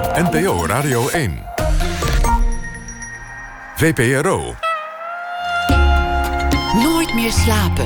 NPO Radio 1. VPRO. Nooit meer slapen.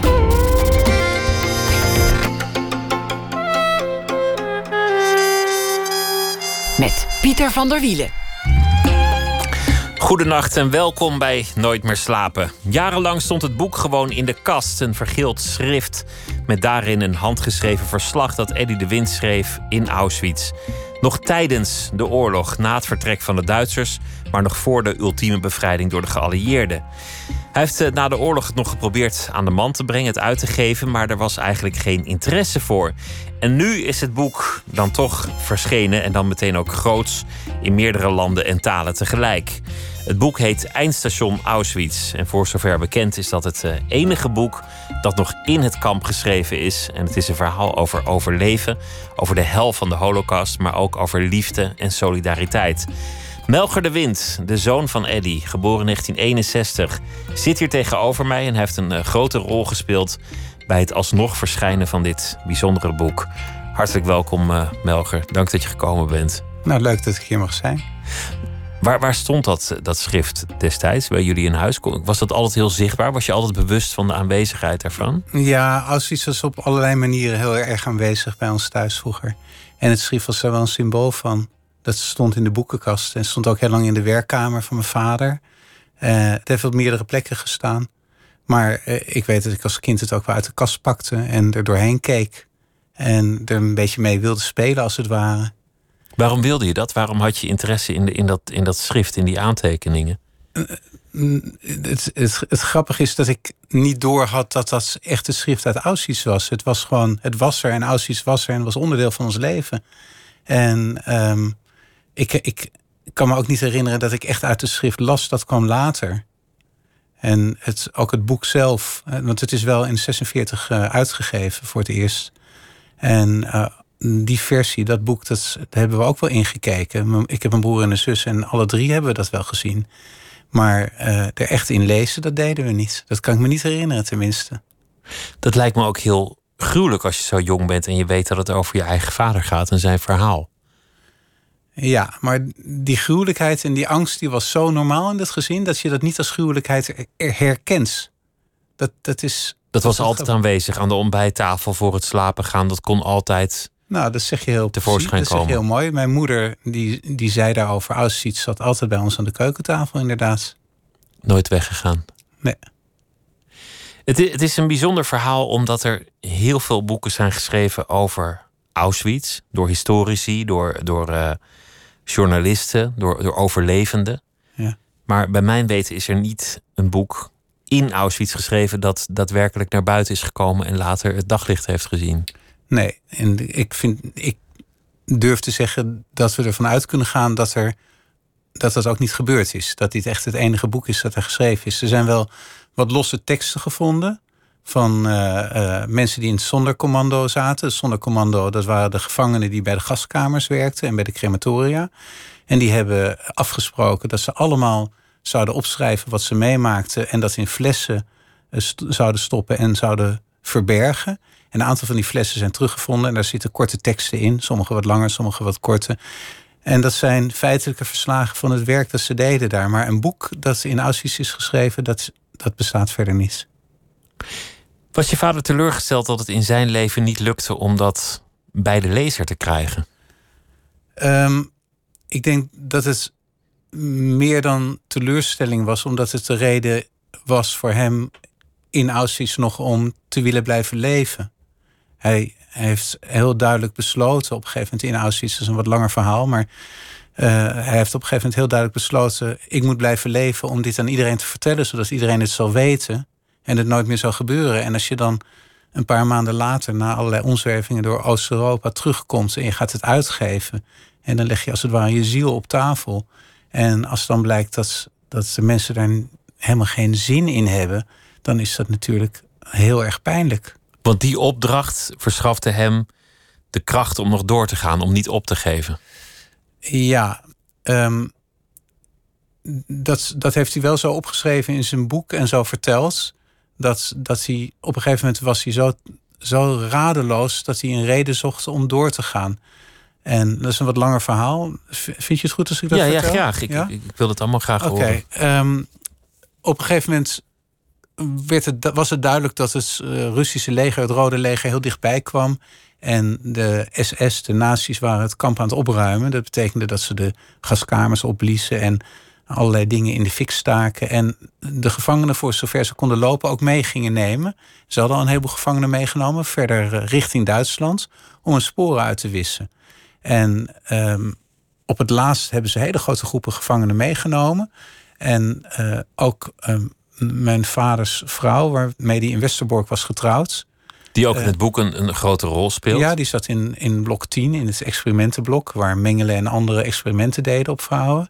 Met Pieter van der Wielen. Goedenacht en welkom bij Nooit meer slapen. Jarenlang stond het boek gewoon in de kast, een vergeeld schrift met daarin een handgeschreven verslag dat Eddy de Wint schreef in Auschwitz. Nog tijdens de oorlog, na het vertrek van de Duitsers, maar nog voor de ultieme bevrijding door de geallieerden. Hij heeft na de oorlog het nog geprobeerd aan de man te brengen, het uit te geven, maar er was eigenlijk geen interesse voor. En nu is het boek dan toch verschenen en dan meteen ook groots in meerdere landen en talen tegelijk. Het boek heet Eindstation Auschwitz. En voor zover bekend is dat het enige boek dat nog in het kamp geschreven is. En het is een verhaal over overleven, over de hel van de Holocaust, maar ook over liefde en solidariteit. Melcher de Wint, de zoon van Eddy, geboren in 1961, zit hier tegenover mij en hij heeft een grote rol gespeeld bij het alsnog verschijnen van dit bijzondere boek. Hartelijk welkom, Melcher. Dank dat je gekomen bent. Nou, leuk dat ik hier mag zijn. Waar stond dat schrift destijds bij jullie in huis? Was dat altijd heel zichtbaar? Was je altijd bewust van de aanwezigheid daarvan? Ja, Auschwitz was op allerlei manieren heel erg aanwezig bij ons thuis vroeger. En het schrift was er wel een symbool van. Dat stond in de boekenkast en stond ook heel lang in de werkkamer van mijn vader. Het heeft op meerdere plekken gestaan. Maar ik weet dat ik als kind het ook wel uit de kast pakte en er doorheen keek. En er een beetje mee wilde spelen als het ware. Waarom wilde je dat? Waarom had je interesse in dat schrift, in die aantekeningen? Het grappige is dat ik niet doorhad dat dat echt het schrift uit Auschwitz was. Het was gewoon, het was er en Auschwitz was er en was onderdeel van ons leven. En ik kan me ook niet herinneren dat ik echt uit de schrift las. Dat kwam later. En ook het boek zelf, want het is wel in 1946 uitgegeven voor het eerst. En die versie, dat boek, daar hebben we ook wel ingekeken. Ik heb een broer en een zus en alle drie hebben we dat wel gezien. Maar er echt in lezen, dat deden we niet. Dat kan ik me niet herinneren, tenminste. Dat lijkt me ook heel gruwelijk als je zo jong bent en je weet dat het over je eigen vader gaat en zijn verhaal. Ja, maar die gruwelijkheid en die angst die was zo normaal in dat gezin dat je dat niet als gruwelijkheid herkent. Dat was altijd aanwezig aan de ontbijttafel voor het slapen gaan. Dat kon altijd. Nou, dat zeg je heel tevoorschijn komen. Dat zeg je heel mooi. Mijn moeder die zei daarover, Auschwitz zat altijd bij ons aan de keukentafel, inderdaad. Nooit weggegaan. Nee. Het is een bijzonder verhaal omdat er heel veel boeken zijn geschreven over Auschwitz. Door historici, door journalisten, door overlevenden. Ja. Maar bij mijn weten is er niet een boek in Auschwitz geschreven dat daadwerkelijk naar buiten is gekomen en later het daglicht heeft gezien. Nee, en ik durf te zeggen dat we ervan uit kunnen gaan dat ook niet gebeurd is. Dat dit echt het enige boek is dat er geschreven is. Er zijn wel wat losse teksten gevonden van mensen die in het Sonderkommando zaten. Het Sonderkommando, dat waren de gevangenen die bij de gaskamers werkten en bij de crematoria. En die hebben afgesproken dat ze allemaal zouden opschrijven wat ze meemaakten en dat in flessen zouden stoppen en zouden verbergen. En een aantal van die flessen zijn teruggevonden en daar zitten korte teksten in. Sommige wat langer, sommige wat korter. En dat zijn feitelijke verslagen van het werk dat ze deden daar. Maar een boek dat in Auschwitz is geschreven, dat bestaat verder niet. Was je vader teleurgesteld dat het in zijn leven niet lukte om dat bij de lezer te krijgen? Ik denk dat het meer dan teleurstelling was, omdat het de reden was voor hem in Auschwitz nog om te willen blijven leven. Hij heeft heel duidelijk besloten op een gegeven moment in Auschwitz, dat is een wat langer verhaal, maar hij heeft op een gegeven moment heel duidelijk besloten, ik moet blijven leven om dit aan iedereen te vertellen, zodat iedereen het zal weten en het nooit meer zal gebeuren. En als je dan een paar maanden later, na allerlei omzwervingen door Oost-Europa, terugkomt en je gaat het uitgeven en dan leg je als het ware je ziel op tafel. En als dan blijkt dat de mensen daar helemaal geen zin in hebben, dan is dat natuurlijk heel erg pijnlijk. Want die opdracht verschafte hem de kracht om nog door te gaan, om niet op te geven. Ja, dat heeft hij wel zo opgeschreven in zijn boek en zo verteld. Dat hij op een gegeven moment was hij zo radeloos dat hij een reden zocht om door te gaan. En dat is een wat langer verhaal. Vind je het goed als ik dat vertel? Ja, graag. Ik wil het allemaal graag horen. Op een gegeven moment was het duidelijk dat het Russische leger, het Rode Leger, heel dichtbij kwam. En de SS, de nazi's, waren het kamp aan het opruimen. Dat betekende dat ze de gaskamers opbliezen en allerlei dingen in de fik staken. En de gevangenen, voor zover ze konden lopen, ook mee gingen nemen. Ze hadden al een heleboel gevangenen meegenomen, verder richting Duitsland, om hun sporen uit te wissen. En op het laatst hebben ze hele grote groepen gevangenen meegenomen. En ook mijn vaders vrouw, waarmee die in Westerbork was getrouwd. Die ook in het boek een grote rol speelt. Ja, die zat in blok 10, in het experimentenblok, waar Mengele en andere experimenten deden op vrouwen.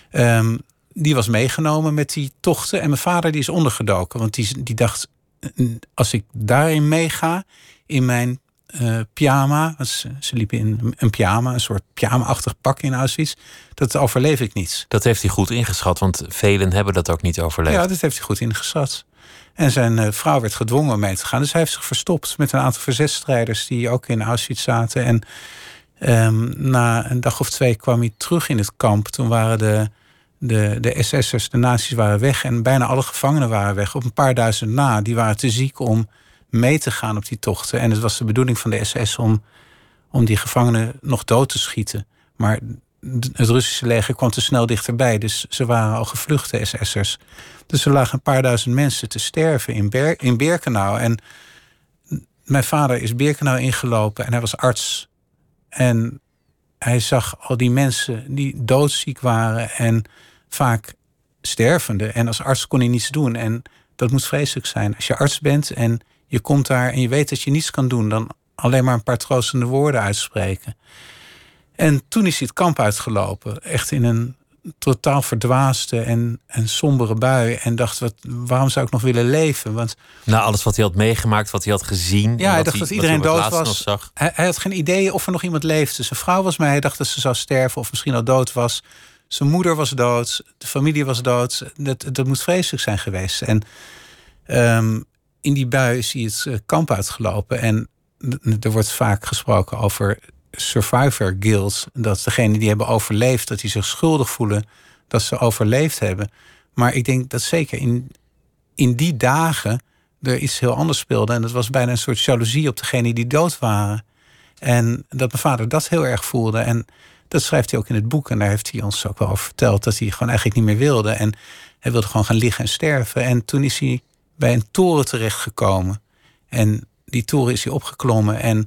Die was meegenomen met die tochten. En mijn vader die is ondergedoken. Want die dacht, als ik daarin meega, in mijn pyjama. Ze liepen in een pyjama, een soort pyjama-achtig pak in Auschwitz. Dat overleef ik niet. Dat heeft hij goed ingeschat, want velen hebben dat ook niet overleefd. Ja, dat heeft hij goed ingeschat. En zijn vrouw werd gedwongen om mee te gaan. Dus hij heeft zich verstopt met een aantal verzetsstrijders die ook in Auschwitz zaten. En na een dag of 2 kwam hij terug in het kamp. Toen waren de SS'ers, de nazi's waren weg. En bijna alle gevangenen waren weg. Op een paar duizend na. Die waren te ziek om mee te gaan op die tochten. En het was de bedoeling van de SS om die gevangenen nog dood te schieten. Maar het Russische leger kwam te snel dichterbij. Dus ze waren al gevlucht, de SS'ers. Dus er lagen een paar duizend mensen te sterven in Birkenau. En mijn vader is Birkenau ingelopen en hij was arts. En hij zag al die mensen die doodziek waren en vaak stervende. En als arts kon hij niets doen. En dat moet vreselijk zijn. Als je arts bent en je komt daar en je weet dat je niets kan doen, dan alleen maar een paar troostende woorden uitspreken. En toen is hij het kamp uitgelopen. Echt in een totaal verdwaasde en sombere bui. En dacht, waarom zou ik nog willen leven? Want na alles wat hij had meegemaakt, wat hij had gezien. Ja, hij dacht dat iedereen dood was. Hij had geen idee of er nog iemand leefde. Zijn vrouw was mij. Hij dacht dat ze zou sterven of misschien al dood was. Zijn moeder was dood. De familie was dood. Dat moet vreselijk zijn geweest. En in die bui is hij het kamp uitgelopen. En er wordt vaak gesproken over survivor guilt. Dat degenen die hebben overleefd, dat die zich schuldig voelen dat ze overleefd hebben. Maar ik denk dat zeker in die dagen er iets heel anders speelde. En dat was bijna een soort jaloezie op degenen die dood waren. En dat mijn vader dat heel erg voelde. En dat schrijft hij ook in het boek. En daar heeft hij ons ook wel over verteld. Dat hij gewoon eigenlijk niet meer wilde. En hij wilde gewoon gaan liggen en sterven. En toen is hij bij een toren terechtgekomen. En die toren is hij opgeklommen. En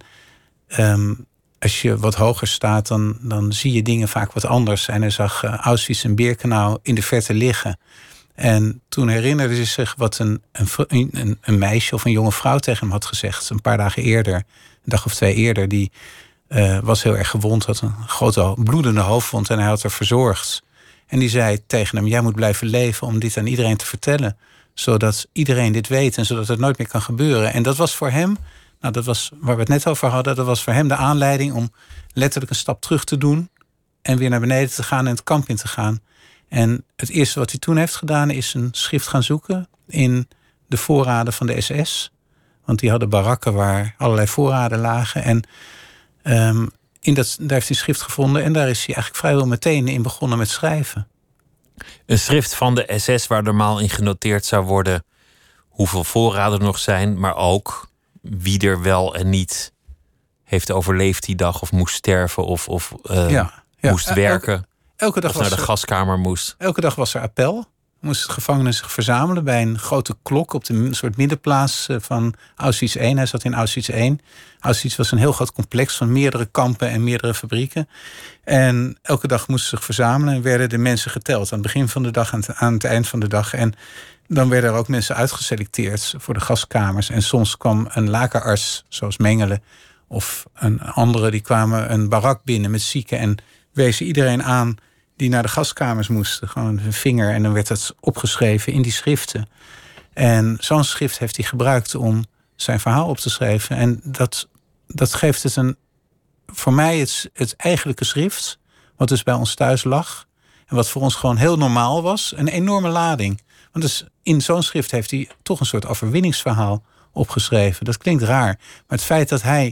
als je wat hoger staat, dan zie je dingen vaak wat anders. En hij zag Auschwitz en Birkenau in de verte liggen. En toen herinnerde hij zich wat een meisje of een jonge vrouw tegen hem had gezegd. Een paar dagen eerder, een dag of 2 eerder. Die was heel erg gewond, had een grote bloedende hoofdwond en hij had haar verzorgd. En die zei tegen hem, jij moet blijven leven om dit aan iedereen te vertellen. Zodat iedereen dit weet en zodat het nooit meer kan gebeuren. En dat was voor hem, nou, dat was waar we het net over hadden, dat was voor hem de aanleiding om letterlijk een stap terug te doen en weer naar beneden te gaan en het kamp in te gaan. En het eerste wat hij toen heeft gedaan is een schrift gaan zoeken in de voorraden van de SS. Want die hadden barakken waar allerlei voorraden lagen. En daar heeft hij een schrift gevonden en daar is hij eigenlijk vrijwel meteen in begonnen met schrijven. Een schrift van de SS waar normaal in genoteerd zou worden hoeveel voorraden er nog zijn, maar ook wie er wel en niet heeft overleefd die dag of moest sterven of moest werken. Elke dag of naar de gaskamer moest. Elke dag was er appel. Moesten gevangenen zich verzamelen bij een grote klok op de soort middenplaats van Auschwitz 1. Hij zat in Auschwitz 1. Auschwitz was een heel groot complex van meerdere kampen en meerdere fabrieken. En elke dag moesten ze zich verzamelen en werden de mensen geteld. Aan het begin van de dag en aan het eind van de dag. En dan werden er ook mensen uitgeselecteerd voor de gaskamers. En soms kwam een lakenarts, zoals Mengele, of een andere, die kwamen een barak binnen met zieken en wezen iedereen aan die naar de gaskamers moesten. Gewoon een vinger en dan werd het opgeschreven in die schriften. En zo'n schrift heeft hij gebruikt om zijn verhaal op te schrijven. En dat geeft het voor mij het eigenlijke schrift, wat dus bij ons thuis lag en wat voor ons gewoon heel normaal was, een enorme lading. Want dus in zo'n schrift heeft hij toch een soort overwinningsverhaal opgeschreven. Dat klinkt raar, maar het feit dat hij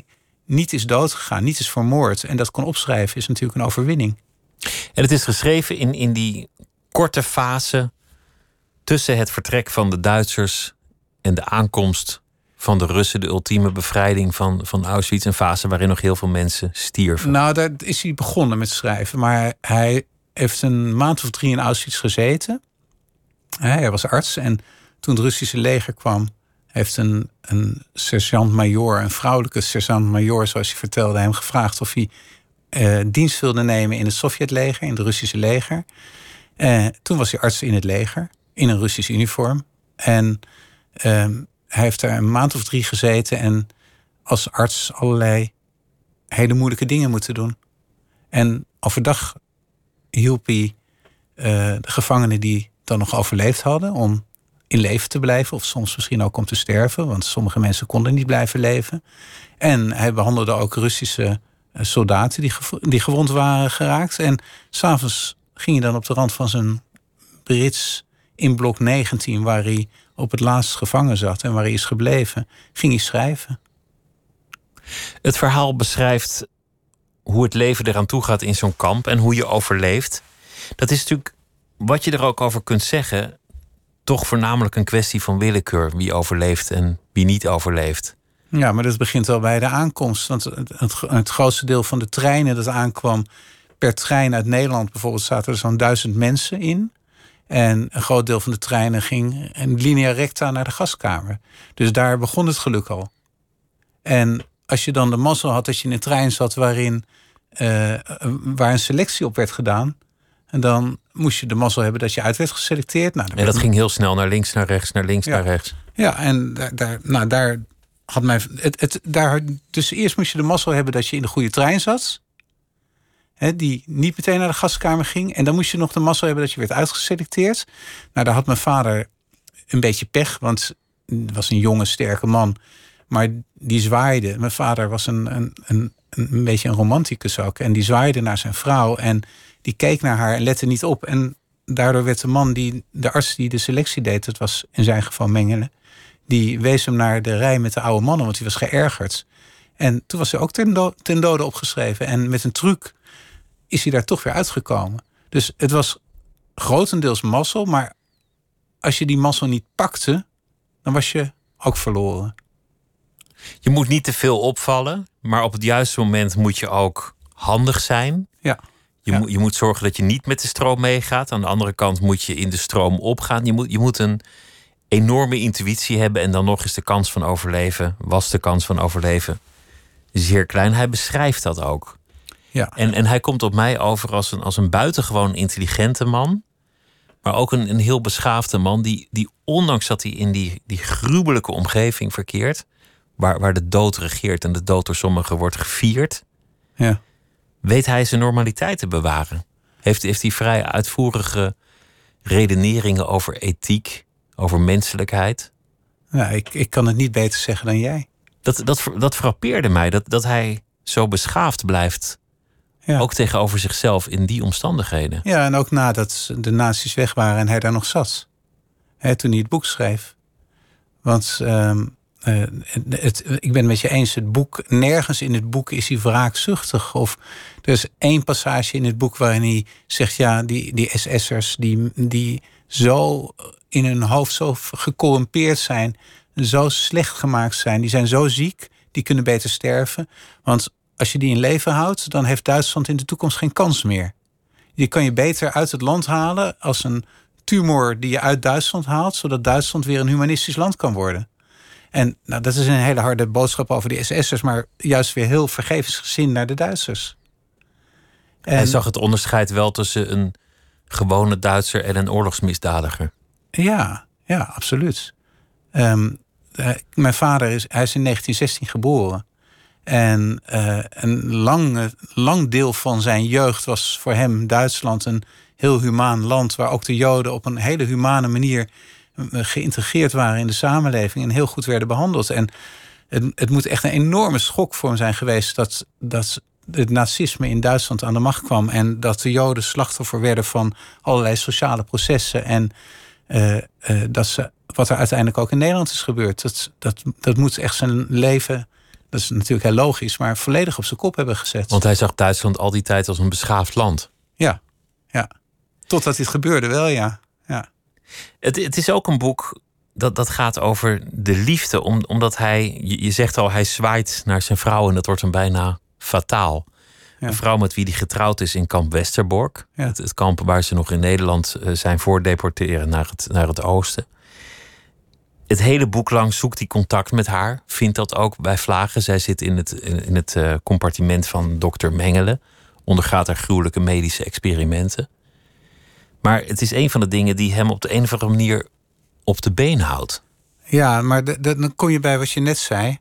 niet is doodgegaan, niet is vermoord en dat kon opschrijven, is natuurlijk een overwinning. En het is geschreven in die korte fase tussen het vertrek van de Duitsers en de aankomst van de Russen, de ultieme bevrijding van Auschwitz. Een fase waarin nog heel veel mensen stierven. Nou, daar is hij begonnen met schrijven. Maar hij heeft een maand of 3 in Auschwitz gezeten. Hij was arts en toen het Russische leger kwam, heeft een sergeant-majoor, een vrouwelijke sergeant-majoor, zoals hij vertelde, hem gevraagd of hij dienst wilde nemen in het Sovjetleger, in het Russische leger. Toen was hij arts in het leger, in een Russisch uniform. En hij heeft daar een maand of 3 gezeten en als arts allerlei hele moeilijke dingen moeten doen. En overdag hielp hij de gevangenen die dan nog overleefd hadden om in leven te blijven, of soms misschien ook om te sterven, want sommige mensen konden niet blijven leven. En hij behandelde ook Russische soldaten die gewond waren geraakt. En 's avonds ging hij dan op de rand van zijn brits in blok 19, waar hij op het laatst gevangen zat en waar hij is gebleven, ging hij schrijven. Het verhaal beschrijft hoe het leven eraan toe gaat in zo'n kamp en hoe je overleeft. Dat is natuurlijk, wat je er ook over kunt zeggen, toch voornamelijk een kwestie van willekeur. Wie overleeft en wie niet overleeft. Ja, maar dat begint al bij de aankomst. Want het grootste deel van de treinen dat aankwam per trein uit Nederland bijvoorbeeld, zaten er zo'n 1000 mensen in. En een groot deel van de treinen ging in linea recta naar de gaskamer. Dus daar begon het geluk al. En als je dan de mazzel had dat je in een trein zat waar een selectie op werd gedaan, en dan moest je de mazzel hebben dat je uit werd geselecteerd. Nou, en dat ging heel snel naar links, naar rechts, naar links, naar rechts. Ja, en daar had mij dus eerst moest je de mazzel hebben dat je in de goede trein zat, die niet meteen naar de gaskamer ging. En dan moest je nog de mazzel hebben dat je werd uitgeselecteerd. Nou, daar had mijn vader een beetje pech, want het was een jonge, sterke man. Maar die zwaaide. Mijn vader was een beetje een romanticus ook. En die zwaaide naar zijn vrouw en die keek naar haar en lette niet op. En daardoor werd de arts die de selectie deed, dat was in zijn geval Mengele, die wees hem naar de rij met de oude mannen, want die was geërgerd. En toen was hij ook ten dode opgeschreven. En met een truc is hij daar toch weer uitgekomen. Dus het was grotendeels mazzel, maar als je die mazzel niet pakte, dan was je ook verloren. Je moet niet te veel opvallen, maar op het juiste moment moet je ook handig zijn. Ja. Je moet zorgen dat je niet met de stroom meegaat. Aan de andere kant moet je in de stroom opgaan. Je moet een enorme intuïtie hebben en dan nog eens de kans van overleven. Was de kans van overleven zeer klein. Hij beschrijft dat ook. Ja. En hij komt op mij over als een buitengewoon intelligente man, maar ook een heel beschaafde man die ondanks dat hij in die gruwelijke omgeving verkeert, waar de dood regeert en de dood door sommigen wordt gevierd, ja, weet hij zijn normaliteit te bewaren. Heeft hij vrij uitvoerige redeneringen over ethiek, over menselijkheid. Nou, ik kan het niet beter zeggen dan jij. Dat frappeerde mij, dat hij zo beschaafd blijft. Ja. Ook tegenover zichzelf in die omstandigheden. Ja, en ook nadat de nazi's weg waren en hij daar nog zat. Toen hij het boek schreef. Want ik ben het met je eens, het boek, nergens in het boek is hij wraakzuchtig. Of er is 1 passage in het boek waarin hij zegt, ja, die SS'ers die zo in hun hoofd zo gecorrumpeerd zijn, zo slecht gemaakt zijn, die zijn zo ziek, die kunnen beter sterven. Want als je die in leven houdt, dan heeft Duitsland in de toekomst geen kans meer. Die kan je beter uit het land halen als een tumor die je uit Duitsland haalt, zodat Duitsland weer een humanistisch land kan worden. En nou, dat is een hele harde boodschap over de SS'ers, maar juist weer heel vergevensgezind naar de Duitsers. Hij zag het onderscheid wel tussen een gewone Duitser en een oorlogsmisdadiger. Ja, absoluut. Mijn vader is in 1916 geboren. En een lang deel van zijn jeugd was voor hem Duitsland een heel humaan land, waar ook de Joden op een hele humane manier geïntegreerd waren in de samenleving en heel goed werden behandeld. En het moet echt een enorme schok voor hem zijn geweest dat het nazisme in Duitsland aan de macht kwam en dat de Joden slachtoffer werden van allerlei sociale processen en wat er uiteindelijk ook in Nederland is gebeurd. Dat moet echt zijn leven dat is natuurlijk heel logisch, maar volledig op zijn kop hebben gezet. Want hij zag Duitsland al die tijd als een beschaafd land. Ja. Totdat dit gebeurde wel, ja. Het is ook een boek dat gaat over de liefde. Omdat hij, je zegt al, hij zwaait naar zijn vrouw en dat wordt hem bijna fataal. Ja. Een vrouw met wie hij getrouwd is in kamp Westerbork. Ja. Het kamp waar ze nog in Nederland zijn voor deporteren naar het oosten. Het hele boek lang zoekt hij contact met haar. Vindt dat ook bij vlagen. Zij zit in het compartiment van dokter Mengele. Ondergaat haar gruwelijke medische experimenten. Maar het is een van de dingen die hem op de een of andere manier op de been houdt. Ja, maar dan kom je bij wat je net zei.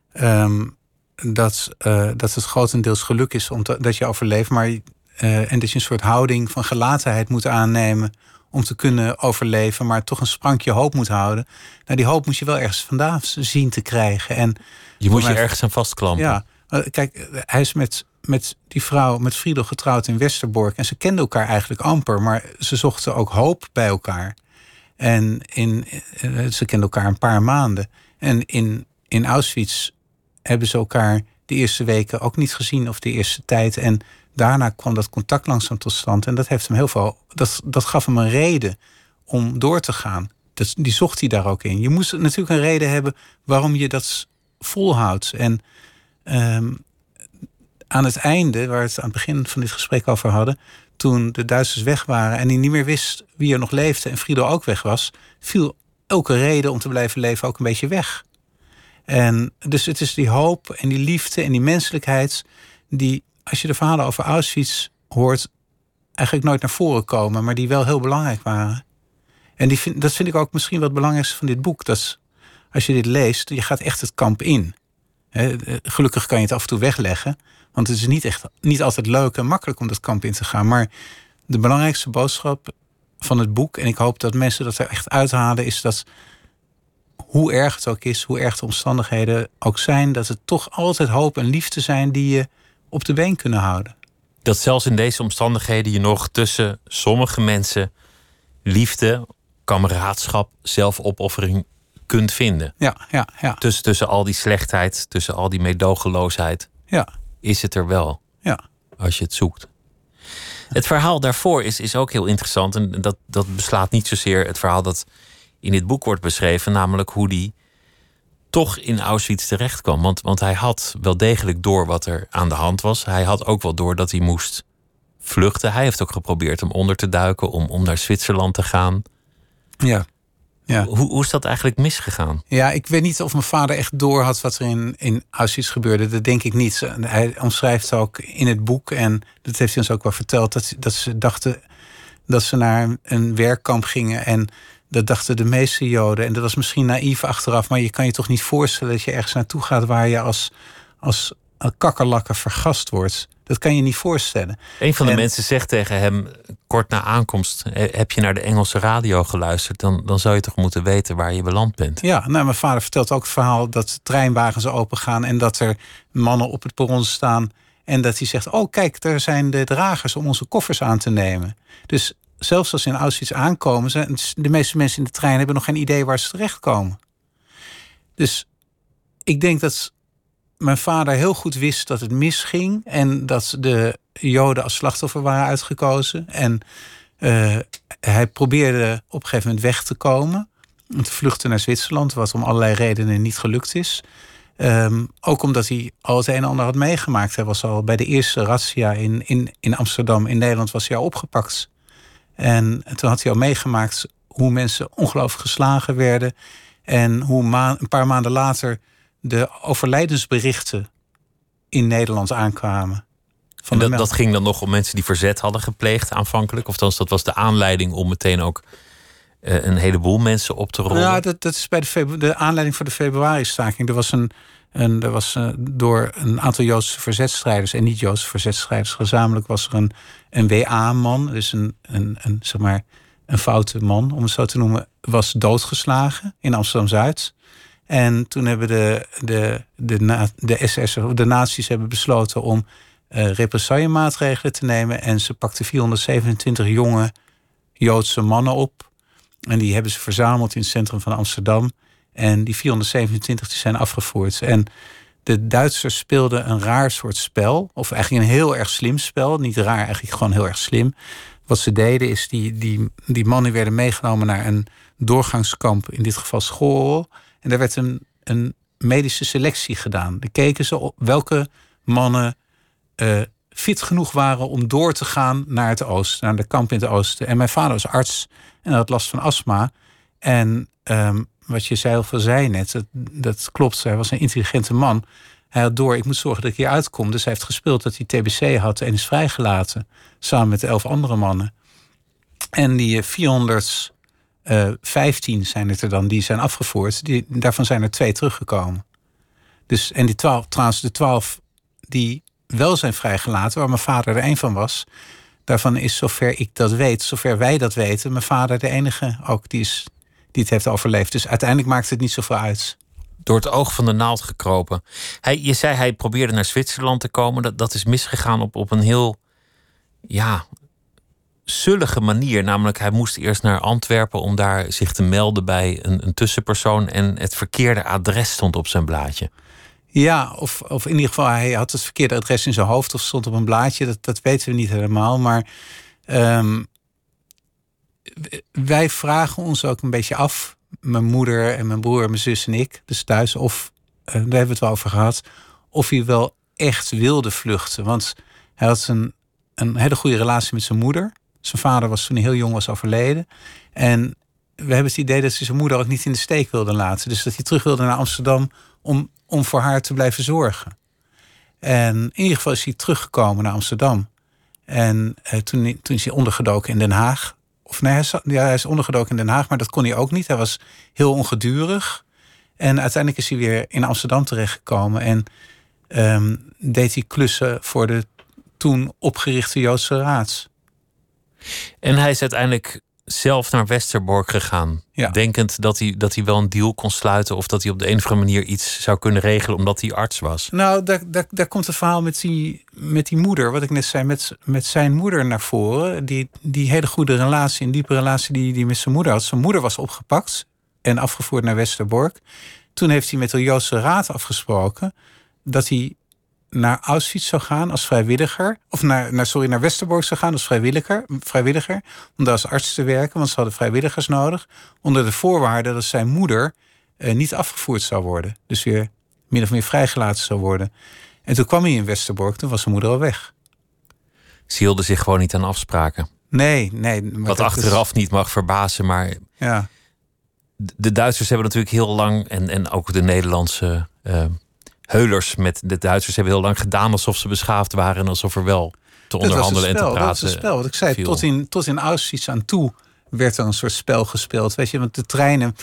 Dat het grotendeels geluk is dat je overleeft. En dat je een soort houding van gelatenheid moet aannemen om te kunnen overleven, maar toch een sprankje hoop moet houden. Nou, die hoop moet je wel ergens vandaan zien te krijgen. En je moet je ergens aan vastklampen. Ja, kijk, hij is met die vrouw, met Friedel, getrouwd in Westerbork. En ze kenden elkaar eigenlijk amper, maar ze zochten ook hoop bij elkaar. En ze kenden elkaar een paar maanden. En in Auschwitz hebben ze elkaar de eerste weken ook niet gezien, of de eerste tijd. En daarna kwam dat contact langzaam tot stand. En dat heeft hem heel veel. Dat gaf hem een reden om door te gaan. Die zocht hij daar ook in. Je moest natuurlijk een reden hebben waarom je dat volhoudt. En aan het einde, waar we het aan het begin van dit gesprek over hadden, toen de Duitsers weg waren en hij niet meer wist wie er nog leefde en Friedel ook weg was, viel elke reden om te blijven leven ook een beetje weg. En dus het is die hoop en die liefde en die menselijkheid die, als je de verhalen over Auschwitz hoort, eigenlijk nooit naar voren komen, maar die wel heel belangrijk waren. En dat vind ik ook misschien wel het belangrijkste van dit boek. Dat als je dit leest, je gaat echt het kamp in. Gelukkig kan je het af en toe wegleggen, want het is niet altijd leuk en makkelijk om dat kamp in te gaan. Maar de belangrijkste boodschap van het boek, en ik hoop dat mensen dat er echt uithalen, is dat hoe erg het ook is, hoe erg de omstandigheden ook zijn, dat het toch altijd hoop en liefde zijn die je op de been kunnen houden. Dat zelfs in deze omstandigheden je nog tussen sommige mensen liefde, kameraadschap, zelfopoffering kunt vinden. Ja. Tussen al die slechtheid, tussen al die meedogenloosheid, is het er wel. Ja. Als je het zoekt. Het verhaal daarvoor is ook heel interessant. En dat beslaat niet zozeer het verhaal dat in dit boek wordt beschreven, namelijk hoe die toch in Auschwitz terecht kwam. Want hij had wel degelijk door wat er aan de hand was. Hij had ook wel door dat hij moest vluchten. Hij heeft ook geprobeerd om onder te duiken, om naar Zwitserland te gaan. Ja. Hoe is dat eigenlijk misgegaan? Ja, ik weet niet of mijn vader echt door had wat er in Auschwitz gebeurde. Dat denk ik niet. Hij omschrijft ook in het boek, en dat heeft hij ons ook wel verteld, dat ze dachten dat ze naar een werkkamp gingen. En dat dachten de meeste Joden. En dat was misschien naïef achteraf, maar je kan je toch niet voorstellen dat je ergens naartoe gaat waar je als kakkerlakken vergast wordt. Dat kan je niet voorstellen. Een van de mensen zegt tegen hem kort na aankomst, heb je naar de Engelse radio geluisterd? Dan zou je toch moeten weten waar je beland bent. Ja, nou, mijn vader vertelt ook het verhaal dat treinwagens opengaan en dat er mannen op het perron staan. En dat hij zegt, oh kijk, daar zijn de dragers om onze koffers aan te nemen. Dus zelfs als ze in Auschwitz aankomen, de meeste mensen in de trein hebben nog geen idee waar ze terechtkomen. Dus ik denk dat mijn vader heel goed wist dat het misging en dat de Joden als slachtoffer waren uitgekozen. En hij probeerde op een gegeven moment weg te komen, om te vluchten naar Zwitserland, wat om allerlei redenen niet gelukt is. Ook omdat hij al het een en ander had meegemaakt. Hij was al bij de eerste razzia in Amsterdam, in Nederland, was hij al opgepakt. En toen had hij al meegemaakt hoe mensen ongelooflijk geslagen werden. En hoe een paar maanden later de overlijdensberichten in Nederland aankwamen. Dat ging dan nog om mensen die verzet hadden gepleegd aanvankelijk? Of dat was de aanleiding om meteen ook een heleboel mensen op te rollen? Ja, dat is bij de aanleiding voor de februari-staking. Er was door een aantal Joodse verzetstrijders en niet-Joodse verzetstrijders gezamenlijk was er een WA-man, dus een foute man, om het zo te noemen, was doodgeslagen in Amsterdam-Zuid. En toen hebben de SS, de nazi's hebben besloten om represaillemaatregelen te nemen. En ze pakten 427 jonge Joodse mannen op. En die hebben ze verzameld in het centrum van Amsterdam. En die 427 die zijn afgevoerd. En De Duitsers speelden een raar soort spel. Of eigenlijk een heel erg slim spel. Niet raar, eigenlijk gewoon heel erg slim. Wat ze deden is, die mannen werden meegenomen naar een doorgangskamp. In dit geval School. En daar werd een medische selectie gedaan. Dan keken ze op welke mannen fit genoeg waren om door te gaan naar het oosten. Naar de kamp in het oosten. En mijn vader was arts en had last van astma. En wat je zelf al zei net, dat klopt. Hij was een intelligente man. Hij had door, ik moet zorgen dat ik hier uitkom. Dus hij heeft gespeeld dat hij TBC had en is vrijgelaten. Samen met 11 andere mannen. En die 415 zijn het er dan, die zijn afgevoerd. Daarvan zijn er 2 teruggekomen. Dus, en die 12, trouwens de 12 die wel zijn vrijgelaten, waar mijn vader er 1 van was. Daarvan is, zover ik dat weet, zover wij dat weten, mijn vader de enige ook die het heeft overleefd. Dus uiteindelijk maakt het niet zoveel uit. Door het oog van de naald gekropen. Je zei hij probeerde naar Zwitserland te komen. Dat is misgegaan op een heel zullige manier. Namelijk, hij moest eerst naar Antwerpen om daar zich te melden bij een tussenpersoon. En het verkeerde adres stond op zijn blaadje. Ja, of in ieder geval, hij had het verkeerde adres in zijn hoofd of stond op een blaadje. Dat weten we niet helemaal. Maar wij vragen ons ook een beetje af, mijn moeder en mijn broer, mijn zus en ik, dus thuis, of daar hebben we het wel over gehad, of hij wel echt wilde vluchten. Want hij had een hele goede relatie met zijn moeder. Zijn vader was toen hij heel jong was overleden. En we hebben het idee dat hij zijn moeder ook niet in de steek wilde laten. Dus dat hij terug wilde naar Amsterdam om voor haar te blijven zorgen. En in ieder geval is hij teruggekomen naar Amsterdam. En toen is hij ondergedoken in Den Haag. Of nee, hij is ondergedoken in Den Haag, maar dat kon hij ook niet. Hij was heel ongedurig. En uiteindelijk is hij weer in Amsterdam terechtgekomen. En deed hij klussen voor de toen opgerichte Joodse Raad. En hij is uiteindelijk zelf naar Westerbork gegaan. Ja. Denkend dat hij wel een deal kon sluiten, of dat hij op de een of andere manier iets zou kunnen regelen omdat hij arts was. Nou, daar komt het verhaal met die moeder, wat ik net zei, met zijn moeder naar voren. Die hele goede relatie, een diepe relatie die met zijn moeder had. Zijn moeder was opgepakt en afgevoerd naar Westerbork. Toen heeft hij met de Joodse Raad afgesproken dat hij naar Auschwitz zou gaan als vrijwilliger. Of naar Westerbork zou gaan als vrijwilliger. Om daar als arts te werken, want ze hadden vrijwilligers nodig. Onder de voorwaarde dat zijn moeder niet afgevoerd zou worden. Dus weer min of meer vrijgelaten zou worden. En toen kwam hij in Westerbork, toen was zijn moeder al weg. Ze hielden zich gewoon niet aan afspraken. Nee. Wat achteraf niet mag verbazen, maar ja. De Duitsers hebben natuurlijk heel lang, en ook de Nederlandse heulers met de Duitsers hebben heel lang gedaan alsof ze beschaafd waren en alsof er wel te onderhandelen en te praten. Dat was een spel. Wat ik zei, tot in Auschwitz aan toe werd er een soort spel gespeeld. Weet je, want de treinen.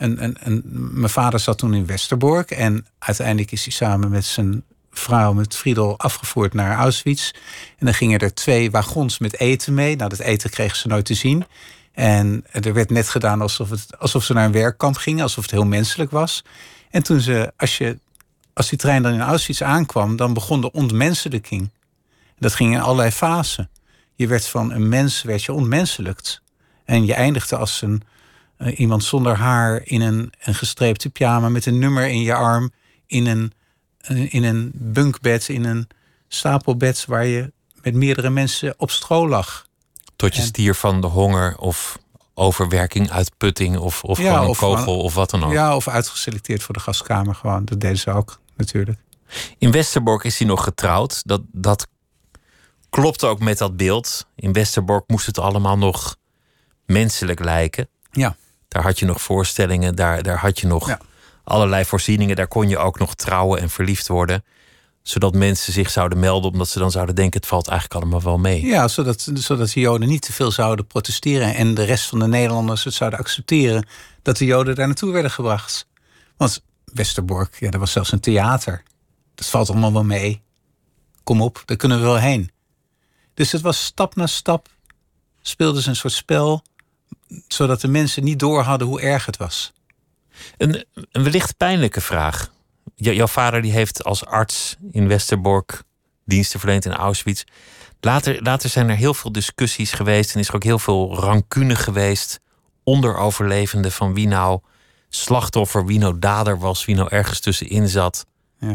Mijn vader zat toen in Westerbork en uiteindelijk is hij samen met zijn vrouw, met Friedel, afgevoerd naar Auschwitz. En dan gingen er 2 wagons met eten mee. Nou, dat eten kregen ze nooit te zien. En er werd net gedaan alsof ze naar een werkkamp gingen, alsof het heel menselijk was. En toen als die trein dan in Auschwitz aankwam, dan begon de ontmenselijking. Dat ging in allerlei fasen. Je werd van een mens ontmenselijkt. En je eindigde als iemand zonder haar in een gestreepte pyjama met een nummer in je arm, in een bunkbed, in een stapelbed waar je met meerdere mensen op stro lag. Tot je stierf van de honger of overwerking, uitputting of gewoon een kogel of wat dan ook. Ja, of uitgeselecteerd voor de gaskamer gewoon. Dat deden ze ook natuurlijk. In Westerbork is hij nog getrouwd. Dat klopt ook met dat beeld. In Westerbork moest het allemaal nog menselijk lijken. Ja. Daar had je nog voorstellingen, daar had je nog allerlei voorzieningen. Daar kon je ook nog trouwen en verliefd worden. Zodat mensen zich zouden melden, omdat ze dan zouden denken, het valt eigenlijk allemaal wel mee. Ja, zodat de Joden niet te veel zouden protesteren en de rest van de Nederlanders het zouden accepteren dat de Joden daar naartoe werden gebracht. Want Westerbork, dat was zelfs een theater. Dat valt allemaal wel mee. Kom op, daar kunnen we wel heen. Dus het was stap na stap, speelden ze een soort spel, zodat de mensen niet door hadden hoe erg het was. Een wellicht pijnlijke vraag. Jouw vader die heeft als arts in Westerbork diensten verleend in Auschwitz. Later zijn er heel veel discussies geweest en is er ook heel veel rancune geweest onder overlevenden van wie nou slachtoffer, wie nou dader was, wie nou ergens tussenin zat. Ja.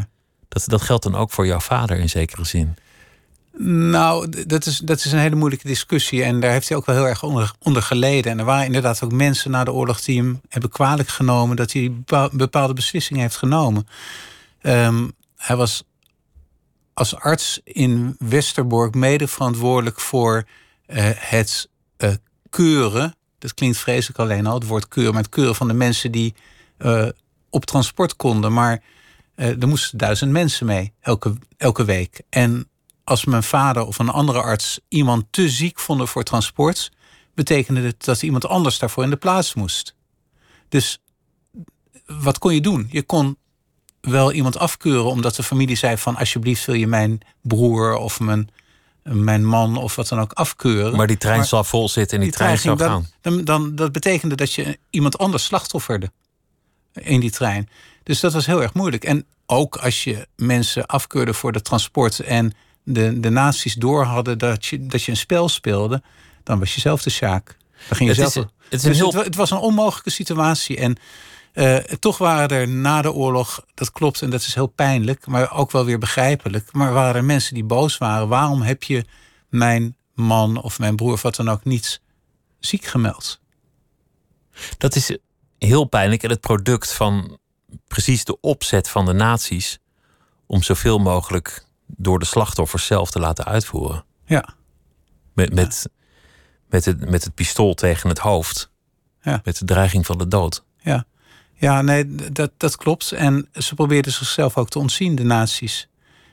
Dat geldt dan ook voor jouw vader in zekere zin. Nou, dat is een hele moeilijke discussie. En daar heeft hij ook wel heel erg onder geleden. En er waren inderdaad ook mensen na de oorlog die hem hebben kwalijk genomen dat hij bepaalde beslissingen heeft genomen. Hij was als arts in Westerbork mede verantwoordelijk voor het keuren. Dat klinkt vreselijk alleen al, het woord keuren. Maar het keuren van de mensen die op transport konden. Maar er moesten 1000 mensen mee elke week. En als mijn vader of een andere arts iemand te ziek vonden voor transport, betekende het dat iemand anders daarvoor in de plaats moest. Dus wat kon je doen? Je kon wel iemand afkeuren omdat de familie zei van alsjeblieft wil je mijn broer of mijn man of wat dan ook afkeuren. Maar die trein zal vol zitten en die trein zou gaan. Dan dat betekende dat je iemand anders slachtofferde in die trein. Dus dat was heel erg moeilijk. En ook als je mensen afkeurde voor de transport en de nazi's door hadden dat je een spel speelde, dan was je zelf de sjaak. Dan ging je het was een onmogelijke situatie. En toch waren er na de oorlog, dat klopt en dat is heel pijnlijk, maar ook wel weer begrijpelijk, maar waren er mensen die boos waren. Waarom heb je mijn man of mijn broer of wat dan ook niet ziek gemeld? Dat is heel pijnlijk en het product van precies de opzet van de nazi's om zoveel mogelijk door de slachtoffers zelf te laten uitvoeren. Ja. Met het pistool tegen het hoofd. Ja. Met de dreiging van de dood. Ja. Ja, nee, dat klopt. En ze probeerden zichzelf ook te ontzien, de nazi's.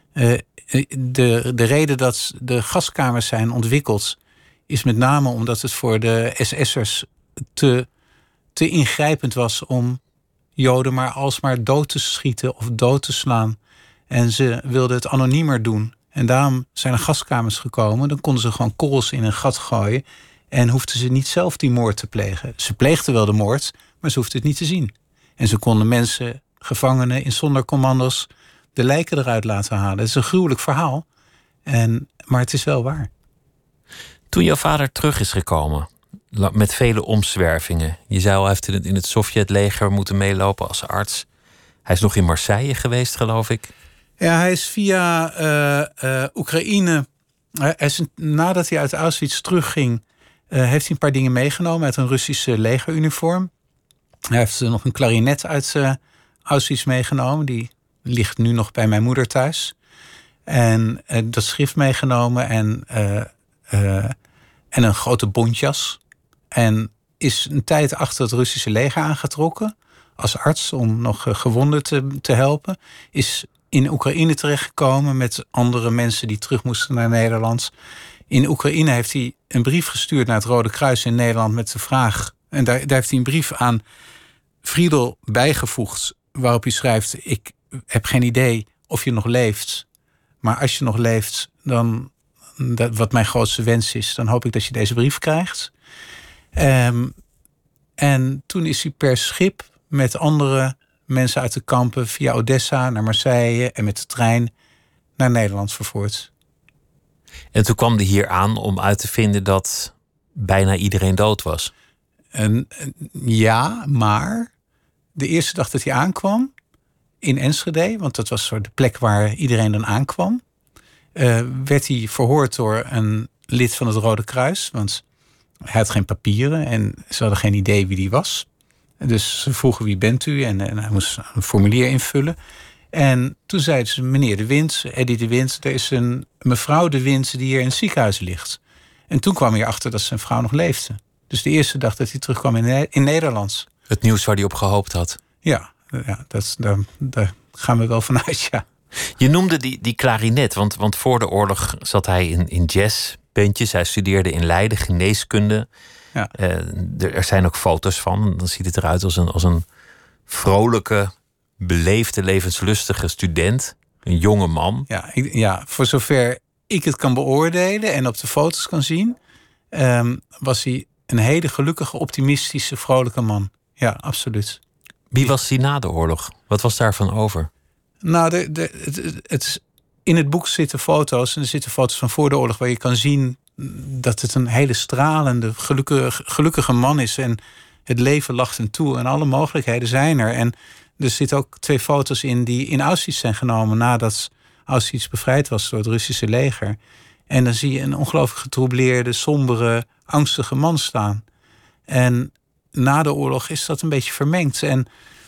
De reden dat de gaskamers zijn ontwikkeld is met name omdat het voor de SS'ers te ingrijpend was om Joden maar alsmaar dood te schieten of dood te slaan. En ze wilden het anoniemer doen. En daarom zijn er gaskamers gekomen. Dan konden ze gewoon kogels in een gat gooien en hoefden ze niet zelf die moord te plegen. Ze pleegden wel de moord, maar ze hoefden het niet te zien. En ze konden mensen, gevangenen in sondercommando's, de lijken eruit laten halen. Het is een gruwelijk verhaal, maar het is wel waar. Toen jouw vader terug is gekomen, met vele omzwervingen. Je zei al, hij heeft in het Sovjetleger moeten meelopen als arts. Hij is nog in Marseille geweest, geloof ik. Ja, hij is via Oekraïne. Nadat hij uit Auschwitz terugging, heeft hij een paar dingen meegenomen uit een Russische legeruniform. Hij heeft nog een klarinet uit Auschwitz meegenomen. Die ligt nu nog bij mijn moeder thuis. En dat schrift meegenomen en een grote bontjas. En is een tijd achter het Russische leger aangetrokken als arts om nog gewonden te helpen. Is in Oekraïne terechtgekomen met andere mensen die terug moesten naar Nederland. In Oekraïne heeft hij een brief gestuurd naar het Rode Kruis in Nederland met de vraag. En daar heeft hij een brief aan Friedel bijgevoegd waarop hij schrijft: ik heb geen idee of je nog leeft. Maar als je nog leeft, dan, wat mijn grootste wens is, dan hoop ik dat je deze brief krijgt. En toen is hij per schip met andere mensen uit de kampen via Odessa naar Marseille en met de trein naar Nederland vervoerd. En toen kwam hij hier aan om uit te vinden dat bijna iedereen dood was. Ja, maar de eerste dag dat hij aankwam in Enschede, want dat was de plek waar iedereen dan aankwam, werd hij verhoord door een lid van het Rode Kruis. Want hij had geen papieren en ze hadden geen idee wie die was. Dus ze vroegen: wie bent u? En hij moest een formulier invullen. En toen zeiden ze: meneer De Wind, Eddy De Wind, er is een mevrouw De Wind die hier in het ziekenhuis ligt. En toen kwam hij achter dat zijn vrouw nog leefde. Dus de eerste dag dat hij terugkwam in Nederland. Het nieuws waar hij op gehoopt had. Ja, daar gaan we wel vanuit, ja. Je noemde die klarinet, want voor de oorlog zat hij in jazzbandjes. Hij studeerde in Leiden geneeskunde. Ja. Er zijn ook foto's van. Dan ziet het eruit als een vrolijke, beleefde, levenslustige student. Een jonge man. Ja, voor zover ik het kan beoordelen en op de foto's kan zien, was hij een hele gelukkige, optimistische, vrolijke man. Ja, absoluut. Wie was hij na de oorlog? Wat was daarvan over? Nou, in het boek zitten foto's. En er zitten foto's van voor de oorlog waar je kan zien dat het een hele stralende, gelukkige man is. En het leven lacht hem toe en alle mogelijkheden zijn er. En er zitten ook 2 foto's in die in Auschwitz zijn genomen nadat Auschwitz bevrijd was door het Russische leger. En dan zie je een ongelooflijk getroubleerde, sombere, angstige man staan. En na de oorlog is dat een beetje vermengd. En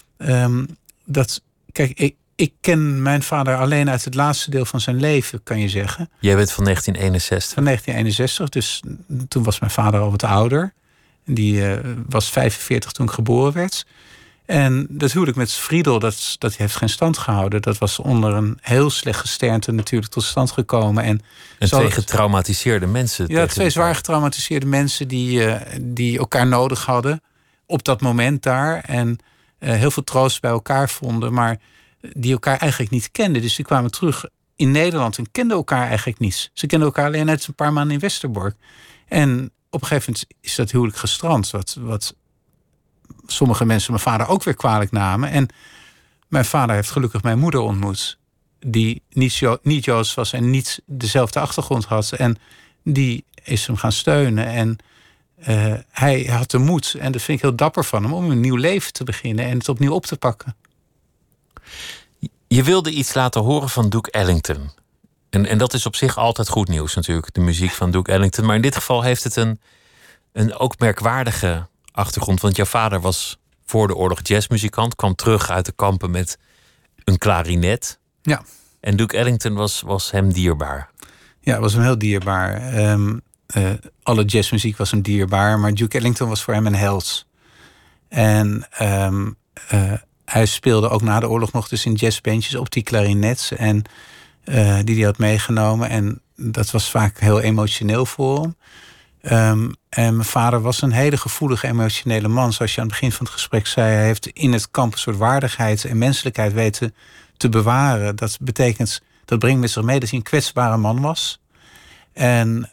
kijk, ik ken mijn vader alleen uit het laatste deel van zijn leven, kan je zeggen. Jij bent van 1961? Van 1961, dus toen was mijn vader al wat ouder. Die was 45 toen ik geboren werd. En dat huwelijk met Friedel, dat heeft geen stand gehouden. Dat was onder een heel slecht gesternte natuurlijk tot stand gekomen. En 2 getraumatiseerde mensen. Ja, 2 zwaar getraumatiseerde mensen die elkaar nodig hadden op dat moment daar. En heel veel troost bij elkaar vonden, maar die elkaar eigenlijk niet kenden. Dus die kwamen terug in Nederland en kenden elkaar eigenlijk niet. Ze kenden elkaar alleen uit een paar maanden in Westerbork. En op een gegeven moment is dat huwelijk gestrand. Wat sommige mensen mijn vader ook weer kwalijk namen. En mijn vader heeft gelukkig mijn moeder ontmoet. Die niet Joods was en niet dezelfde achtergrond had. En die is hem gaan steunen. En hij had de moed, en dat vind ik heel dapper van hem, om een nieuw leven te beginnen en het opnieuw op te pakken. Je wilde iets laten horen van Duke Ellington. En dat is op zich altijd goed nieuws natuurlijk, de muziek van Duke Ellington. Maar in dit geval heeft het een ook merkwaardige achtergrond. Want jouw vader was voor de oorlog jazzmuzikant, kwam terug uit de kampen met een klarinet. Ja. En Duke Ellington was hem dierbaar. Ja, was hem heel dierbaar. Alle jazzmuziek was hem dierbaar, maar Duke Ellington was voor hem een held. En hij speelde ook na de oorlog nog dus in jazzbandjes op die klarinet. En die hij had meegenomen. En dat was vaak heel emotioneel voor hem. En mijn vader was een hele gevoelige, emotionele man. Zoals je aan het begin van het gesprek zei. Hij heeft in het kamp een soort waardigheid en menselijkheid weten te bewaren. Dat betekent, dat brengt met zich mee dat hij een kwetsbare man was. En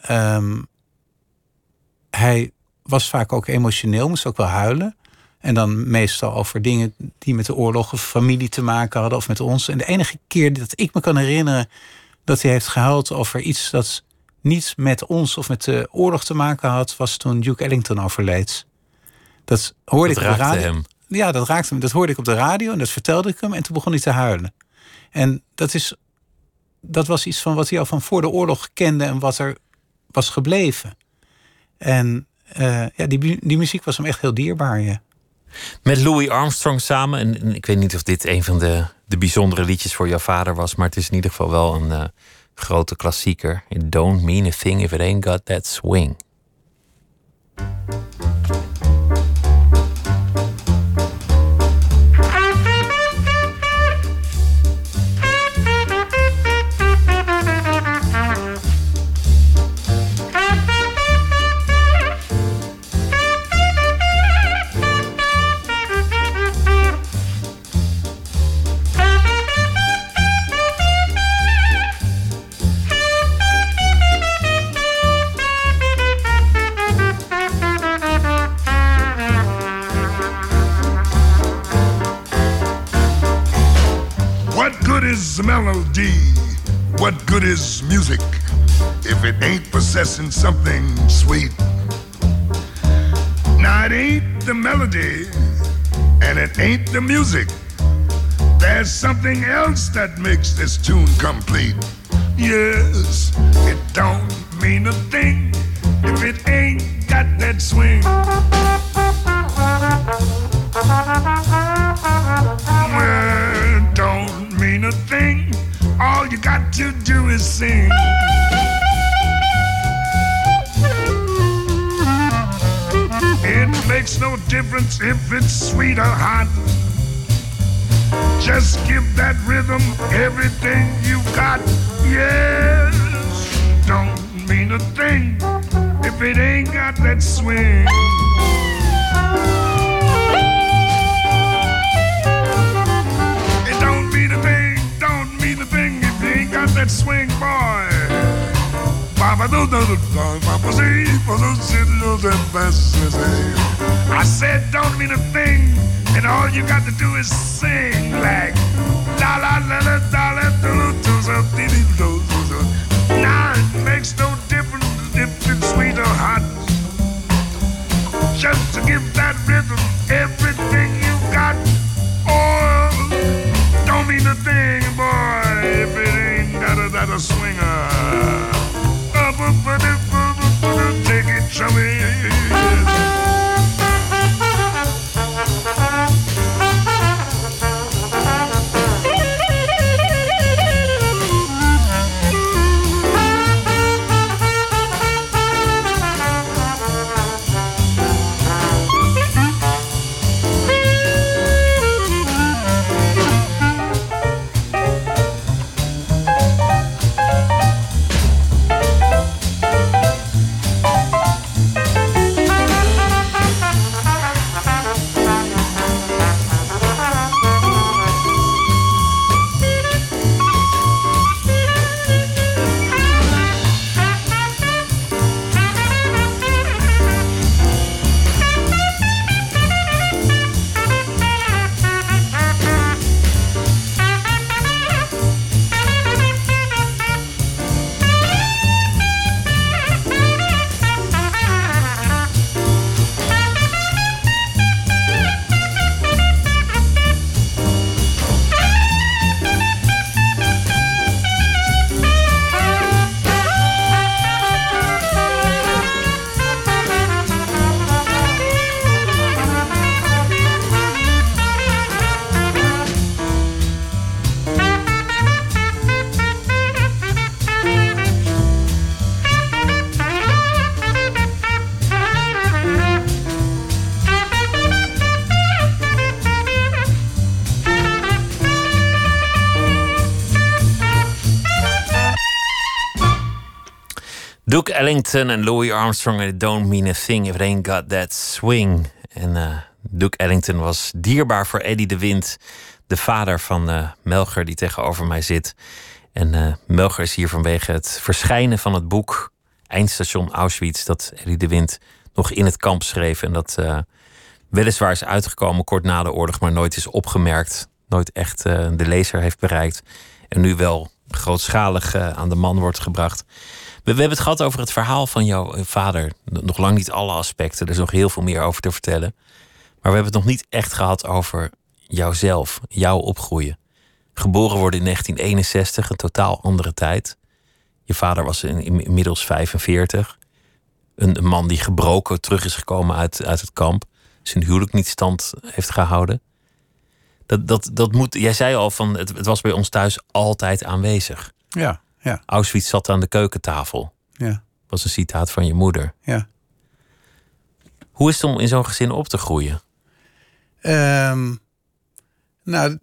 hij was vaak ook emotioneel, moest ook wel huilen. En dan meestal over dingen die met de oorlog of familie te maken hadden of met ons. En de enige keer dat ik me kan herinneren dat hij heeft gehuild over iets dat niets met ons of met de oorlog te maken had, was toen Duke Ellington overleed. Dat hoorde ik op de radio. Hem. Ja, dat raakte hem. Dat hoorde ik op de radio en dat vertelde ik hem. En toen begon hij te huilen. En dat was iets van wat hij al van voor de oorlog kende en wat er was gebleven. En die muziek was hem echt heel dierbaar, ja. Met Louis Armstrong samen. En ik weet niet of dit een van de bijzondere liedjes voor jouw vader was, maar het is in ieder geval wel een grote klassieker. It don't mean a thing if it ain't got that swing. is melody? What good is music if it ain't possessing something sweet? Now it ain't the melody and it ain't the music. There's something else that makes this tune complete. Yes, it don't mean a thing if it ain't got that swing. Well, it don't mean a thing. All you got to do is sing. It makes no difference if it's sweet or hot. Just give that rhythm everything you got. Yes, don't mean a thing if it ain't got that swing. It don't mean a thing if you ain't got that swing, boy. I said don't mean a thing, and all you got to do is sing like la la la la la la do do so dee dee do do. Now it makes no difference if it's sweet or hot. Just to give that rhythm everything you got. Oh, a swinger. Take it, chummy. Duke Ellington en Louis Armstrong en It Don't Mean a Thing If It Ain't Got That Swing. En Duke Ellington was dierbaar voor Eddie de Wint, de vader van Melcher die tegenover mij zit. En Melcher is hier vanwege het verschijnen van het boek Eindstation Auschwitz, dat Eddie de Wint nog in het kamp schreef. En dat weliswaar is uitgekomen kort na de oorlog, maar nooit is opgemerkt. Nooit echt de lezer heeft bereikt. En nu wel grootschalig aan de man wordt gebracht. We hebben het gehad over het verhaal van jouw vader. Nog lang niet alle aspecten. Er is nog heel veel meer over te vertellen. Maar we hebben het nog niet echt gehad over jouzelf. Jouw opgroeien. Geboren worden in 1961. Een totaal andere tijd. Je vader was inmiddels 45. Een man die gebroken terug is gekomen uit het kamp. Zijn huwelijk niet stand heeft gehouden. Dat moet, jij zei al van het was bij ons thuis altijd aanwezig. Ja. Ja. Auschwitz zat aan de keukentafel. Ja. Was een citaat van je moeder. Ja. Hoe is het om in zo'n gezin op te groeien? Nou,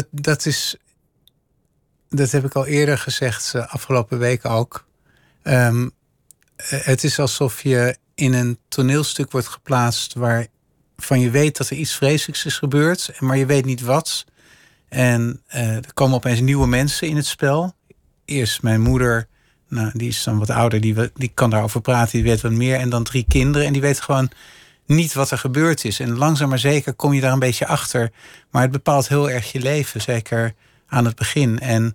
dat heb ik al eerder gezegd, afgelopen week ook. Het is alsof je in een toneelstuk wordt geplaatst waarvan je weet dat er iets vreselijks is gebeurd, maar je weet niet wat. En er komen opeens nieuwe mensen in het spel. Eerst mijn moeder, nou, die is dan wat ouder, die kan daarover praten, die weet wat meer. En dan 3 kinderen en die weten gewoon niet wat er gebeurd is. En langzaam maar zeker kom je daar een beetje achter. Maar het bepaalt heel erg je leven, zeker aan het begin. En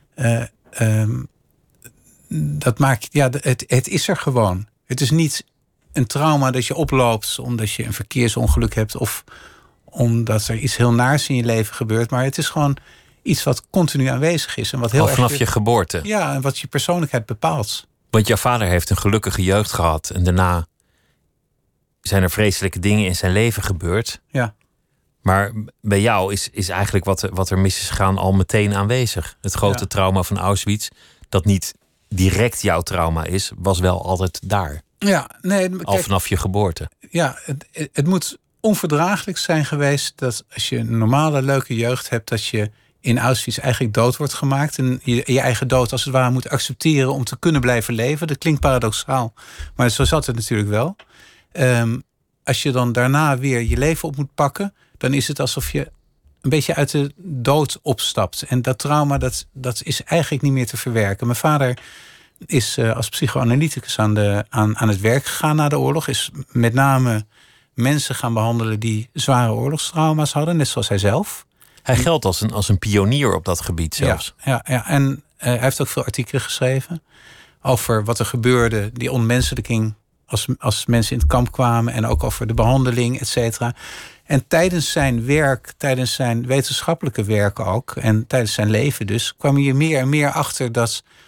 dat maakt, ja, het is er gewoon. Het is niet een trauma dat je oploopt omdat je een verkeersongeluk hebt of omdat er iets heel naars in je leven gebeurt. Maar het is gewoon iets wat continu aanwezig is. En wat heel al vanaf je geboorte. Ja, en wat je persoonlijkheid bepaalt. Want jouw vader heeft een gelukkige jeugd gehad. En daarna zijn er vreselijke dingen in zijn leven gebeurd. Ja. Maar bij jou is eigenlijk wat er mis is gegaan al meteen aanwezig. Het grote trauma van Auschwitz, dat niet direct jouw trauma is, was wel altijd daar. Ja, nee. Al vanaf je geboorte. Ja, het moet onverdraaglijk zijn geweest dat als je een normale, leuke jeugd hebt, dat je in Auschwitz eigenlijk dood wordt gemaakt. En je eigen dood als het ware moet accepteren om te kunnen blijven leven. Dat klinkt paradoxaal, maar zo zat het natuurlijk wel. Als je dan daarna weer je leven op moet pakken, dan is het alsof je een beetje uit de dood opstapt. En dat trauma, dat is eigenlijk niet meer te verwerken. Mijn vader is als psychoanalyticus aan het werk gegaan na de oorlog. Is met name mensen gaan behandelen die zware oorlogstrauma's hadden, net zoals hij zelf. Hij geldt als een pionier op dat gebied zelfs. Ja. En hij heeft ook veel artikelen geschreven over wat er gebeurde, die ontmenselijking als mensen in het kamp kwamen, en ook over de behandeling, et cetera. En tijdens zijn werk, tijdens zijn wetenschappelijke werk ook, en tijdens zijn leven dus, kwam je meer en meer achter dat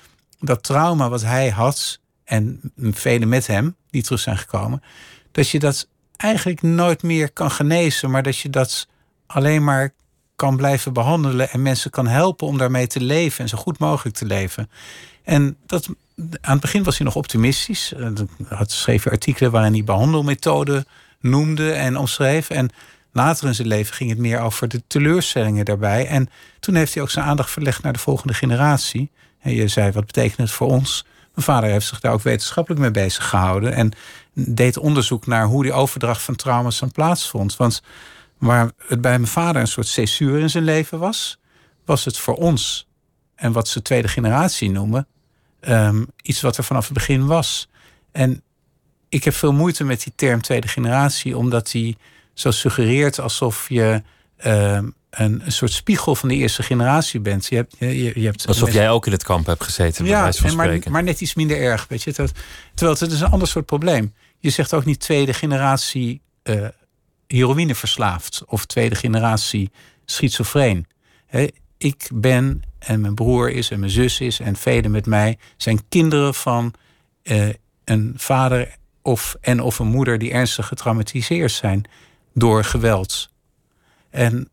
dat trauma wat hij had en velen met hem die terug zijn gekomen, dat je dat eigenlijk nooit meer kan genezen, maar dat je dat alleen maar kan blijven behandelen en mensen kan helpen om daarmee te leven en zo goed mogelijk te leven. En dat, aan het begin was hij nog optimistisch. Schreef hij artikelen waarin hij behandelmethoden noemde en omschreef. En later in zijn leven ging het meer over de teleurstellingen daarbij. En toen heeft hij ook zijn aandacht verlegd naar de volgende generatie. En je zei, wat betekent het voor ons? Mijn vader heeft zich daar ook wetenschappelijk mee bezig gehouden. En deed onderzoek naar hoe die overdracht van trauma's dan plaatsvond. Want waar het bij mijn vader een soort césuur in zijn leven was, was het voor ons, en wat ze tweede generatie noemen, iets wat er vanaf het begin was. En ik heb veel moeite met die term tweede generatie, omdat die zo suggereert alsof je een soort spiegel van de eerste generatie bent. Je hebt alsof jij ook in het kamp hebt gezeten, bij wijze van spreken. Maar net iets minder erg, weet je. Terwijl het is een ander soort probleem. Je zegt ook niet tweede generatie heroïne verslaafd of tweede generatie schizofreen. Ik ben en mijn broer is en mijn zus is en velen met mij zijn kinderen van een vader of een moeder die ernstig getraumatiseerd zijn door geweld. En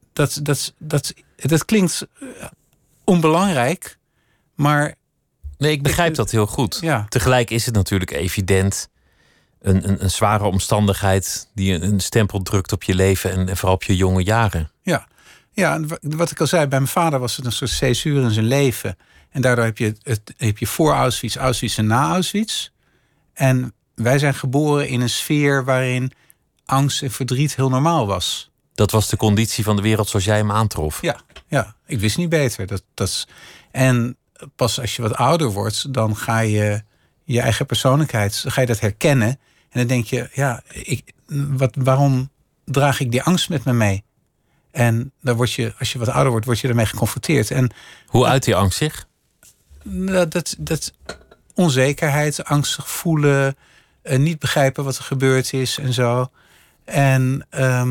dat klinkt onbelangrijk, maar nee, ik begrijp dat heel goed. Ja. Tegelijk is het natuurlijk evident een zware omstandigheid die een stempel drukt op je leven en vooral op je jonge jaren. Ja, wat ik al zei, bij mijn vader was het een soort césuur in zijn leven. En daardoor heb je voor Auschwitz, Auschwitz en na Auschwitz. En wij zijn geboren in een sfeer waarin angst en verdriet heel normaal was. Dat was de conditie van de wereld zoals jij hem aantrof. Ja, ik wist niet beter. En pas als je wat ouder wordt, dan ga je je eigen persoonlijkheid, ga je dat herkennen. En dan denk je, waarom draag ik die angst met me mee? En dan word je, als je wat ouder wordt, word je ermee geconfronteerd. En hoe uit die angst zich? Dat onzekerheid, angstig voelen, niet begrijpen wat er gebeurd is en zo. En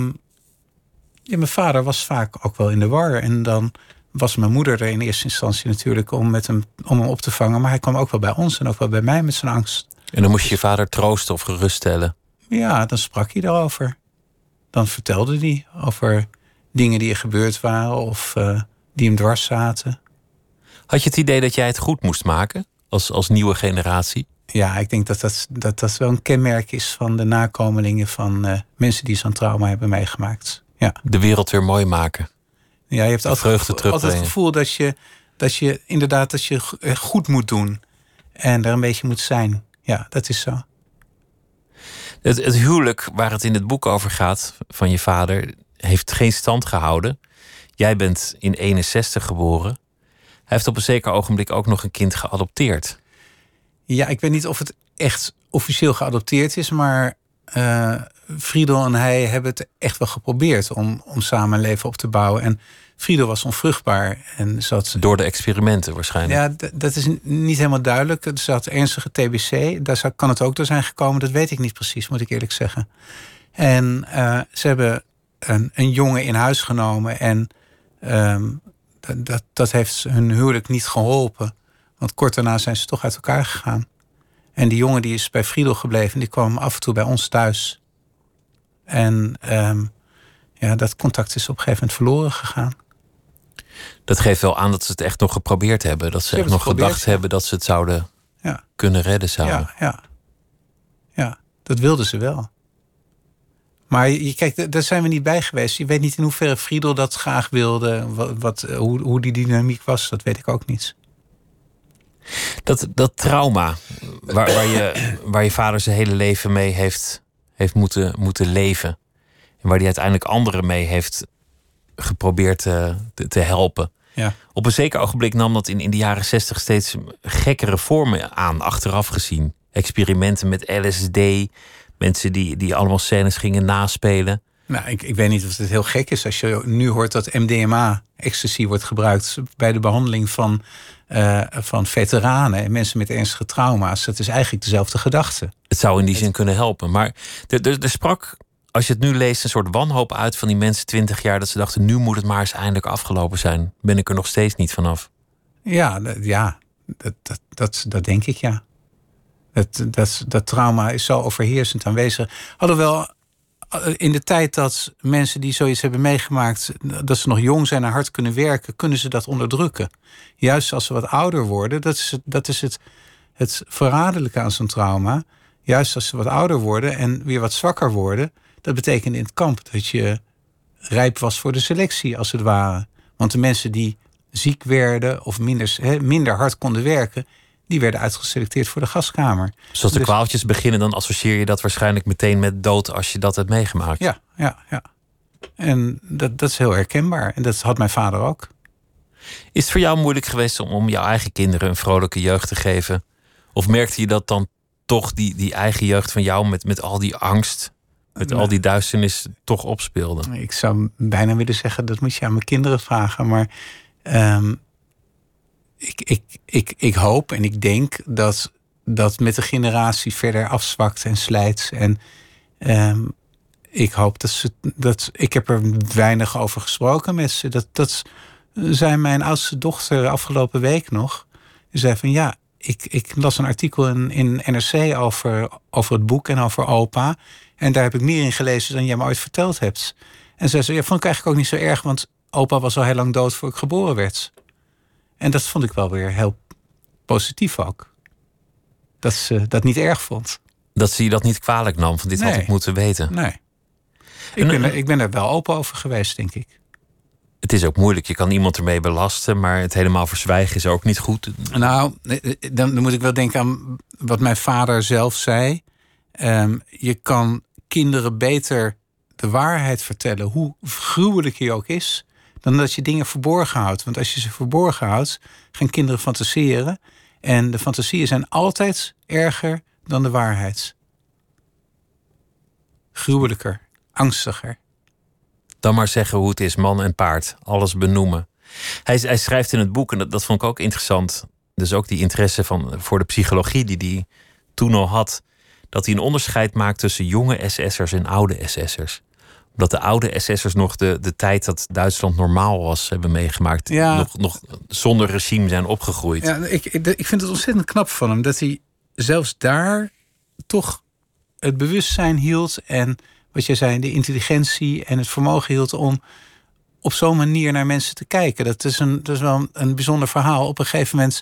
mijn vader was vaak ook wel in de war. En dan was mijn moeder er in eerste instantie natuurlijk om hem op te vangen. Maar hij kwam ook wel bij ons en ook wel bij mij met zijn angst. En dan moest je je vader troosten of geruststellen? Ja, dan sprak hij daarover. Dan vertelde hij over dingen die er gebeurd waren of die hem dwars zaten. Had je het idee dat jij het goed moest maken als nieuwe generatie? Ja, ik denk dat wel een kenmerk is van de nakomelingen van mensen die zo'n trauma hebben meegemaakt. Ja. De wereld weer mooi maken. Ja, je hebt altijd het gevoel dat je inderdaad goed moet doen. En er een beetje moet zijn. Ja, dat is zo. Het huwelijk waar het in het boek over gaat van je vader heeft geen stand gehouden. Jij bent in 61 geboren. Hij heeft op een zeker ogenblik ook nog een kind geadopteerd. Ja, ik weet niet of het echt officieel geadopteerd is, maar Friedel en hij hebben het echt wel geprobeerd om samen een leven op te bouwen. En Friedel was onvruchtbaar. En door de experimenten waarschijnlijk. Ja, dat is niet helemaal duidelijk. Ze had ernstige TBC. Daar kan het ook door zijn gekomen. Dat weet ik niet precies, moet ik eerlijk zeggen. En ze hebben een jongen in huis genomen. En dat heeft hun huwelijk niet geholpen. Want kort daarna zijn ze toch uit elkaar gegaan. En die jongen die is bij Friedel gebleven. Die kwam af en toe bij ons thuis. En dat contact is op een gegeven moment verloren gegaan. Dat geeft wel aan dat ze het echt nog geprobeerd hebben. Dat ze echt nog gedacht hebben dat ze het zouden kunnen redden zouden. Ja, dat wilden ze wel. Maar kijk, daar zijn we niet bij geweest. Je weet niet in hoeverre Friedel dat graag wilde. Hoe die dynamiek was, dat weet ik ook niet. Dat trauma waar je vader zijn hele leven mee heeft moeten leven. En waar hij uiteindelijk anderen mee heeft geprobeerd te helpen. Ja. Op een zeker ogenblik nam dat in de jaren 60 steeds gekkere vormen aan, achteraf gezien. Experimenten met LSD, mensen die allemaal scènes gingen naspelen. Nou, ik weet niet of het heel gek is als je nu hoort dat MDMA, ecstasy, wordt gebruikt bij de behandeling van veteranen en mensen met ernstige trauma's. Dat is eigenlijk dezelfde gedachte. Het zou in die zin kunnen helpen. Maar er sprak, als je het nu leest, een soort wanhoop uit van die mensen 20 jaar... dat ze dachten, nu moet het maar eens eindelijk afgelopen zijn. Ben ik er nog steeds niet vanaf. Ja, Dat denk ik, ja. Dat trauma is zo overheersend aanwezig. Alhoewel, in de tijd dat mensen die zoiets hebben meegemaakt, dat ze nog jong zijn en hard kunnen werken, kunnen ze dat onderdrukken. Juist als ze wat ouder worden, dat is het verraderlijke aan zo'n trauma. Juist als ze wat ouder worden en weer wat zwakker worden, dat betekent in het kamp dat je rijp was voor de selectie, als het ware. Want de mensen die ziek werden of minder hard konden werken, die werden uitgeselecteerd voor de gaskamer. Dus als de kwaaltjes beginnen, dan associeer je dat waarschijnlijk meteen met dood als je dat hebt meegemaakt. Ja. En dat is heel herkenbaar. En dat had mijn vader ook. Is het voor jou moeilijk geweest om jouw eigen kinderen een vrolijke jeugd te geven? Of merkte je dat dan toch die eigen jeugd van jou met al die angst, met al die duisternis toch opspeelde? Ik zou bijna willen zeggen, dat moet je aan mijn kinderen vragen. Maar ik hoop en ik denk dat met de generatie verder afzwakt en slijt. En ik hoop dat ik heb er weinig over gesproken met ze. Dat zei mijn oudste dochter afgelopen week nog. Die zei van ja, ik las een artikel in NRC over het boek en over opa. En daar heb ik meer in gelezen dan jij me ooit verteld hebt. En zij zei, vond ik eigenlijk ook niet zo erg, want opa was al heel lang dood voor ik geboren werd. En dat vond ik wel weer heel positief ook. Dat ze dat niet erg vond. Dat ze je dat niet kwalijk nam, van dit had ik moeten weten. Nee. Ik ben er wel open over geweest, denk ik. Het is ook moeilijk. Je kan iemand ermee belasten, maar het helemaal verzwijgen is ook niet goed. Nou, dan moet ik wel denken aan wat mijn vader zelf zei. Je kan kinderen beter de waarheid vertellen, hoe gruwelijk je ook is, dan dat je dingen verborgen houdt. Want als je ze verborgen houdt, gaan kinderen fantaseren. En de fantasieën zijn altijd erger dan de waarheid. Gruwelijker, angstiger. Dan maar zeggen hoe het is, man en paard. Alles benoemen. Hij schrijft in het boek, en dat vond ik ook interessant, dus ook die interesse voor de psychologie die hij toen al had, dat hij een onderscheid maakt tussen jonge SS'ers en oude SS'ers. Omdat de oude SS'ers nog de tijd dat Duitsland normaal was hebben meegemaakt. Ja. Nog zonder regime zijn opgegroeid. Ja, ik vind het ontzettend knap van hem. Dat hij zelfs daar toch het bewustzijn hield. En wat jij zei, de intelligentie en het vermogen hield om op zo'n manier naar mensen te kijken. Dat is wel een bijzonder verhaal. Op een gegeven moment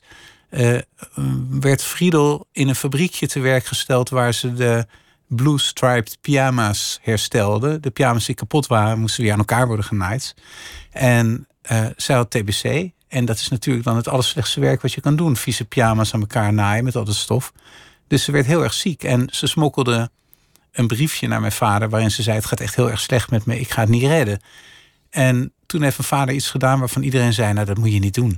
werd Friedel in een fabriekje te werk gesteld waar ze de blue-striped pyjama's herstelden. De pyjama's die kapot waren, moesten weer aan elkaar worden genaaid. En zij had TBC. En dat is natuurlijk dan het allerslechtste werk wat je kan doen. Vieze pyjama's aan elkaar naaien met al dat stof. Dus ze werd heel erg ziek. En ze smokkelde een briefje naar mijn vader waarin ze zei, het gaat echt heel erg slecht met me, ik ga het niet redden. En toen heeft mijn vader iets gedaan waarvan iedereen zei, nou dat moet je niet doen.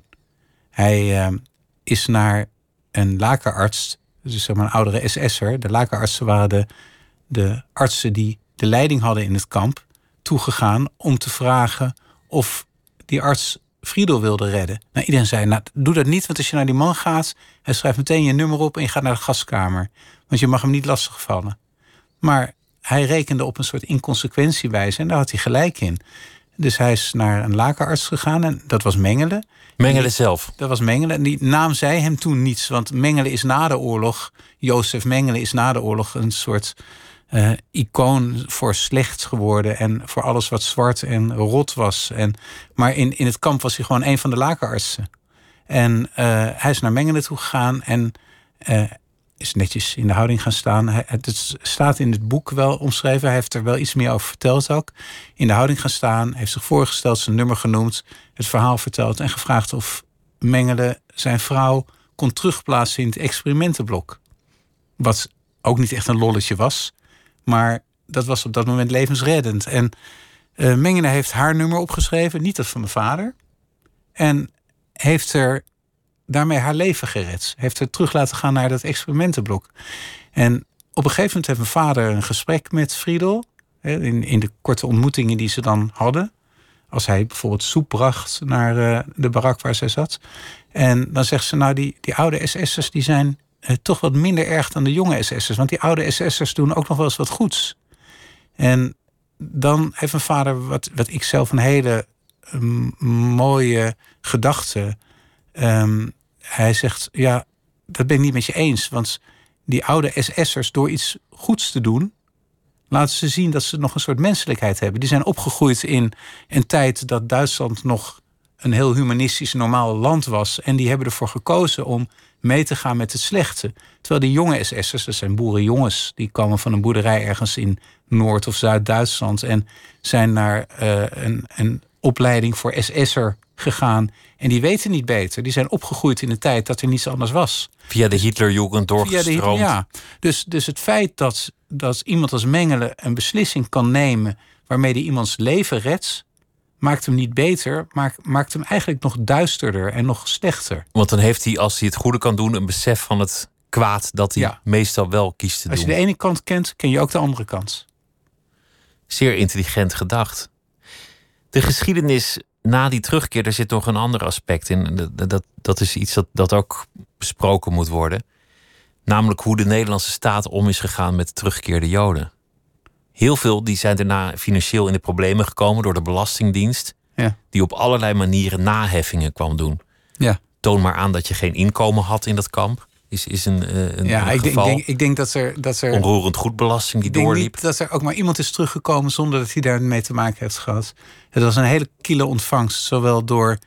Hij is naar een lakenarts, dus zeg maar een oudere SS'er. De lakenartsen waren de artsen die de leiding hadden in het kamp, toegegaan om te vragen of die arts Friedel wilde redden. Nou, iedereen zei, nou, doe dat niet, want als je naar die man gaat, hij schrijft meteen je nummer op en je gaat naar de gaskamer. Want je mag hem niet lastigvallen. Maar hij rekende op een soort inconsequentiewijze en daar had hij gelijk in. Dus hij is naar een lakenarts gegaan en dat was Mengele. Mengele zelf? Dat was Mengele. En die naam zei hem toen niets, want Mengele is na de oorlog, Jozef Mengele is na de oorlog een soort icoon voor slecht geworden en voor alles wat zwart en rot was. Maar in het kamp was hij gewoon een van de lakenartsen. En hij is naar Mengele toe gegaan en is netjes in de houding gaan staan. Het staat in het boek wel omschreven. Hij heeft er wel iets meer over verteld ook. In de houding gaan staan, heeft zich voorgesteld, zijn nummer genoemd, het verhaal verteld en gevraagd of Mengele zijn vrouw kon terugplaatsen in het experimentenblok. Wat ook niet echt een lolletje was, maar dat was op dat moment levensreddend. En Mengele heeft haar nummer opgeschreven, niet dat van mijn vader. En heeft er daarmee haar leven gered. Heeft haar terug laten gaan naar dat experimentenblok. En op een gegeven moment heeft mijn vader een gesprek met Friedel. In de korte ontmoetingen die ze dan hadden. Als hij bijvoorbeeld soep bracht naar de barak waar zij zat. En dan zegt ze, nou die oude SS'ers die zijn toch wat minder erg dan de jonge SS'ers. Want die oude SS'ers doen ook nog wel eens wat goeds. En dan heeft mijn vader, wat ik zelf een hele mooie gedachte hij zegt, ja, dat ben ik niet met je eens. Want die oude SS'ers, door iets goeds te doen, laten ze zien dat ze nog een soort menselijkheid hebben. Die zijn opgegroeid in een tijd dat Duitsland nog een heel humanistisch, normaal land was. En die hebben ervoor gekozen om mee te gaan met het slechte. Terwijl die jonge SS'ers, dat zijn boerenjongens, die komen van een boerderij ergens in Noord- of Zuid-Duitsland en zijn naar een opleiding voor SS'er gegaan. En die weten niet beter. Die zijn opgegroeid in een tijd dat er niets anders was. Via de Hitlerjugend doorgestroomd. Ja. Dus het feit dat iemand als Mengele een beslissing kan nemen waarmee hij iemands leven redt, maakt hem niet beter, maar maakt hem eigenlijk nog duisterder en nog slechter. Want dan heeft hij, als hij het goede kan doen, een besef van het kwaad dat hij meestal wel kiest te doen. Als je de ene kant kent, ken je ook de andere kant. Zeer intelligent gedacht. De geschiedenis na die terugkeer, daar zit nog een ander aspect in. Dat is iets dat ook besproken moet worden. Namelijk hoe de Nederlandse staat om is gegaan met de teruggekeerde Joden. Heel veel die zijn daarna financieel in de problemen gekomen door de Belastingdienst. Ja. Die op allerlei manieren naheffingen kwam doen. Ja. Toon maar aan dat je geen inkomen had in dat kamp. Is een geval. Ik denk dat er onroerend goedbelasting die doorliep. Ik denk niet dat er ook maar iemand is teruggekomen zonder dat hij daarmee te maken heeft gehad. Het was een hele kille ontvangst. Zowel door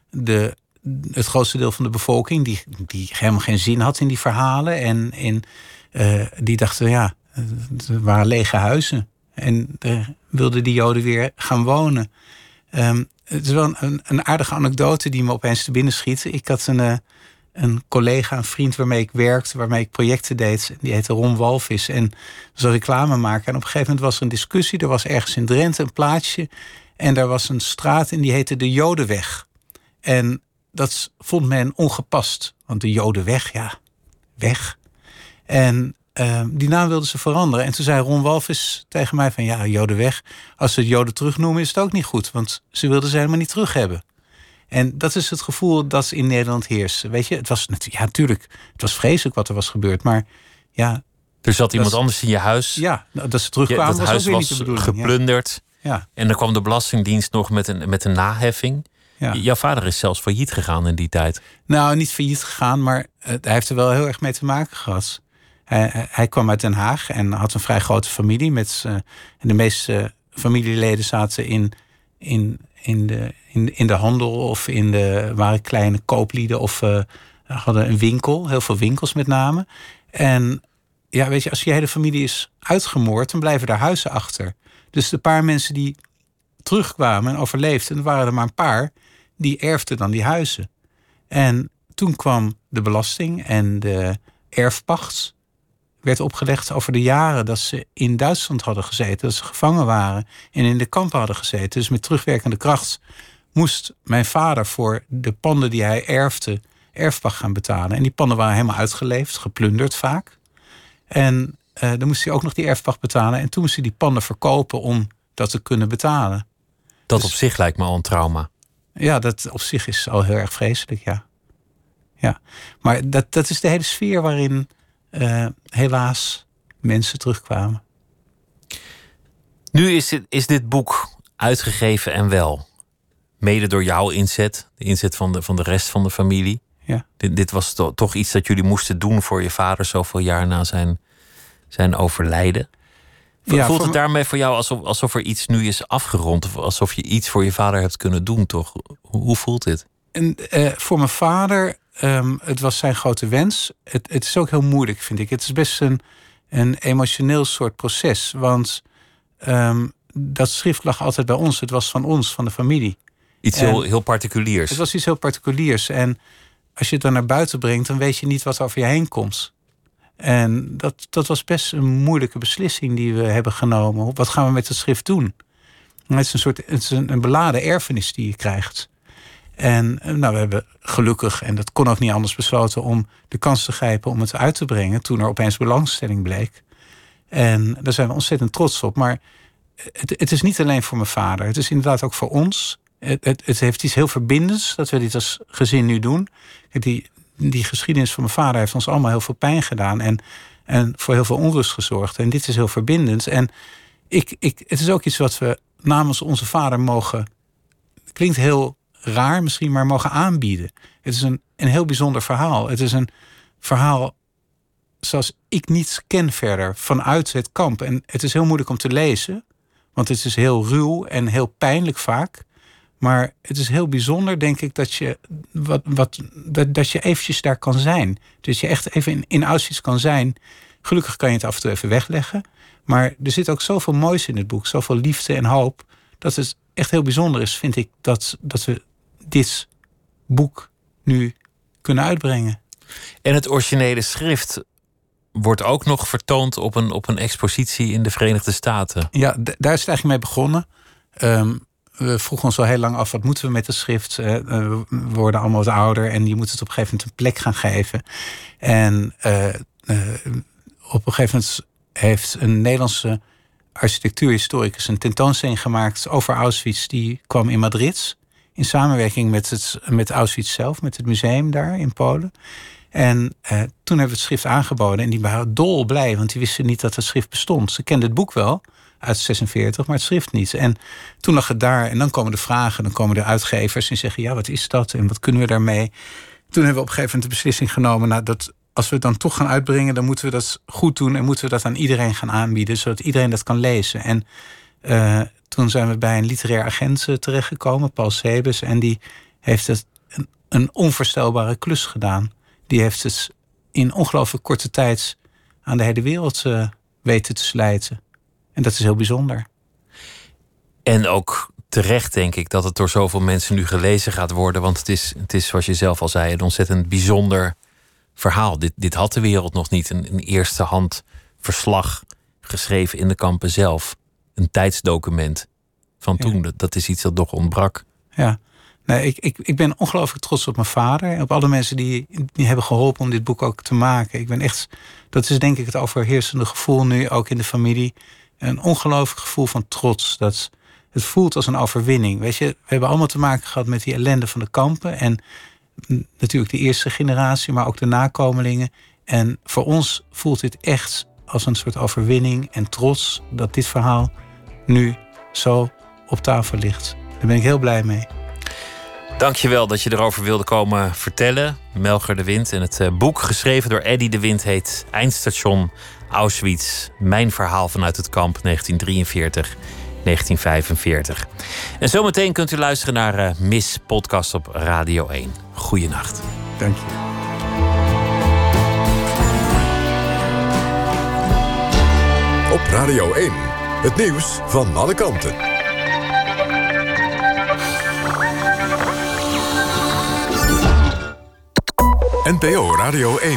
het grootste deel van de bevolking, die helemaal geen zin had in die verhalen. En die dachten, ja, er waren lege huizen. En daar wilden die Joden weer gaan wonen. Het is wel een aardige anekdote die me opeens te binnen schiet. Ik had een collega, een vriend waarmee ik werkte, waarmee ik projecten deed. Die heette Ron Walvis en was reclame maken. En op een gegeven moment was er een discussie. Er was ergens in Drenthe een plaatsje. En daar was een straat en die heette de Jodenweg. En dat vond men ongepast. Want de Jodenweg, ja, weg. En die naam wilden ze veranderen. En toen zei Ron Walvis tegen mij van, ja, Jodenweg. Als ze het Joden terugnoemen is het ook niet goed. Want ze wilden ze helemaal niet terug hebben. En dat is het gevoel dat in Nederland heerst. Weet je, het was natuurlijk, het was vreselijk wat er was gebeurd. Maar ja, er zat iemand anders in je huis. Ja, dat ze terugkwamen dat huis was geplunderd. Ja. En dan kwam de Belastingdienst nog met een naheffing. Ja. Jouw vader is zelfs failliet gegaan in die tijd. Nou, niet failliet gegaan, maar hij heeft er wel heel erg mee te maken gehad. Hij kwam uit Den Haag en had een vrij grote familie. De meeste familieleden zaten in de handel of waren kleine kooplieden of hadden een winkel. Heel veel winkels met name. En ja, weet je, als je hele familie is uitgemoord, dan blijven daar huizen achter. Dus de paar mensen die terugkwamen en overleefden, er waren er maar een paar, die erfden dan die huizen. En toen kwam de belasting en de erfpacht werd opgelegd over de jaren dat ze in Duitsland hadden gezeten, dat ze gevangen waren en in de kampen hadden gezeten. Dus met terugwerkende kracht moest mijn vader voor de panden die hij erfde erfpacht gaan betalen. En die panden waren helemaal uitgeleefd, geplunderd vaak. En dan moest hij ook nog die erfpacht betalen. En toen moest hij die panden verkopen om dat te kunnen betalen. Dat op zich lijkt me al een trauma. Ja, dat op zich is al heel erg vreselijk, ja. Maar dat is de hele sfeer waarin helaas mensen terugkwamen. Nu is dit boek uitgegeven en wel. Mede door jouw inzet. De inzet van de rest van de familie. Ja. Dit was toch iets dat jullie moesten doen voor je vader zoveel jaar na zijn overlijden. Voelt het daarmee voor jou alsof er iets nu is afgerond? Of alsof je iets voor je vader hebt kunnen doen, toch? Hoe voelt dit? En, voor mijn vader, het was zijn grote wens. Het is ook heel moeilijk, vind ik. Het is best een emotioneel soort proces. Want dat schrift lag altijd bij ons. Het was van ons, van de familie. Iets heel particuliers. Het was iets heel particuliers. En als je het dan naar buiten brengt, dan weet je niet wat er over je heen komt. En dat was best een moeilijke beslissing die we hebben genomen. Wat gaan we met het schrift doen? Het is een beladen erfenis die je krijgt. En we hebben gelukkig, en dat kon ook niet anders, besloten om de kans te grijpen om het uit te brengen toen er opeens belangstelling bleek. En daar zijn we ontzettend trots op. Maar het is niet alleen voor mijn vader. Het is inderdaad ook voor ons. Het heeft iets heel verbindends dat we dit als gezin nu doen. Die geschiedenis van mijn vader heeft ons allemaal heel veel pijn gedaan. En voor heel veel onrust gezorgd. En dit is heel verbindend. En het is ook iets wat we namens onze vader mogen. Het klinkt heel raar misschien, maar mogen aanbieden. Het is een heel bijzonder verhaal. Het is een verhaal zoals ik niets ken verder vanuit het kamp. En het is heel moeilijk om te lezen, want het is heel ruw en heel pijnlijk vaak. Maar het is heel bijzonder, denk ik, dat je dat je eventjes daar kan zijn. Dus je echt even in Auschwitz kan zijn. Gelukkig kan je het af en toe even wegleggen. Maar er zit ook zoveel moois in het boek, zoveel liefde en hoop, dat het echt heel bijzonder is, vind ik, dat we dit boek nu kunnen uitbrengen. En het originele schrift wordt ook nog vertoond op een expositie in de Verenigde Staten. Ja, daar is het eigenlijk mee begonnen. We vroegen ons al heel lang af, wat moeten we met het schrift? We worden allemaal wat ouder en je moet het op een gegeven moment een plek gaan geven. En op een gegeven moment heeft een Nederlandse architectuurhistoricus een tentoonstelling gemaakt over Auschwitz. Die kwam in Madrid in samenwerking met Auschwitz zelf, met het museum daar in Polen. En toen hebben we het schrift aangeboden en die waren dolblij, want die wisten niet dat het schrift bestond. Ze kenden het boek wel uit 46, maar het schrift niet. En toen lag het daar en dan komen de vragen, dan komen de uitgevers en zeggen, ja, wat is dat en wat kunnen we daarmee? Toen hebben we op een gegeven moment de beslissing genomen, dat als we het dan toch gaan uitbrengen, dan moeten we dat goed doen en moeten we dat aan iedereen gaan aanbieden, zodat iedereen dat kan lezen. En toen zijn we bij een literair agent terechtgekomen, Paul Sebes, en die heeft het een onvoorstelbare klus gedaan. Die heeft het in ongelooflijk korte tijd aan de hele wereld weten te slijten. En dat is heel bijzonder. En ook terecht, denk ik, dat het door zoveel mensen nu gelezen gaat worden. Want het is zoals je zelf al zei, een ontzettend bijzonder verhaal. Dit had de wereld nog niet. Een eerste hand verslag geschreven in de kampen zelf. Een tijdsdocument van toen. Ja. Dat is iets dat nog ontbrak. Ja. Nee, ik ben ongelooflijk trots op mijn vader. En op alle mensen die hebben geholpen om dit boek ook te maken. Ik ben echt, dat is denk ik het overheersende gevoel nu, ook in de familie. Een ongelooflijk gevoel van trots. Dat het voelt als een overwinning. Weet je, we hebben allemaal te maken gehad met die ellende van de kampen. En natuurlijk de eerste generatie, maar ook de nakomelingen. En voor ons voelt dit echt als een soort overwinning en trots dat dit verhaal nu zo op tafel ligt. Daar ben ik heel blij mee. Dankjewel dat je erover wilde komen vertellen. Melger de Wint. En het boek geschreven door Eddy de Wint heet Eindstation Auschwitz. Mijn verhaal vanuit het kamp 1943-1945. En zometeen kunt u luisteren naar Miss Podcast op Radio 1. Goeienacht. Dank je. Op Radio 1. Het nieuws van alle kanten. NPO Radio 1.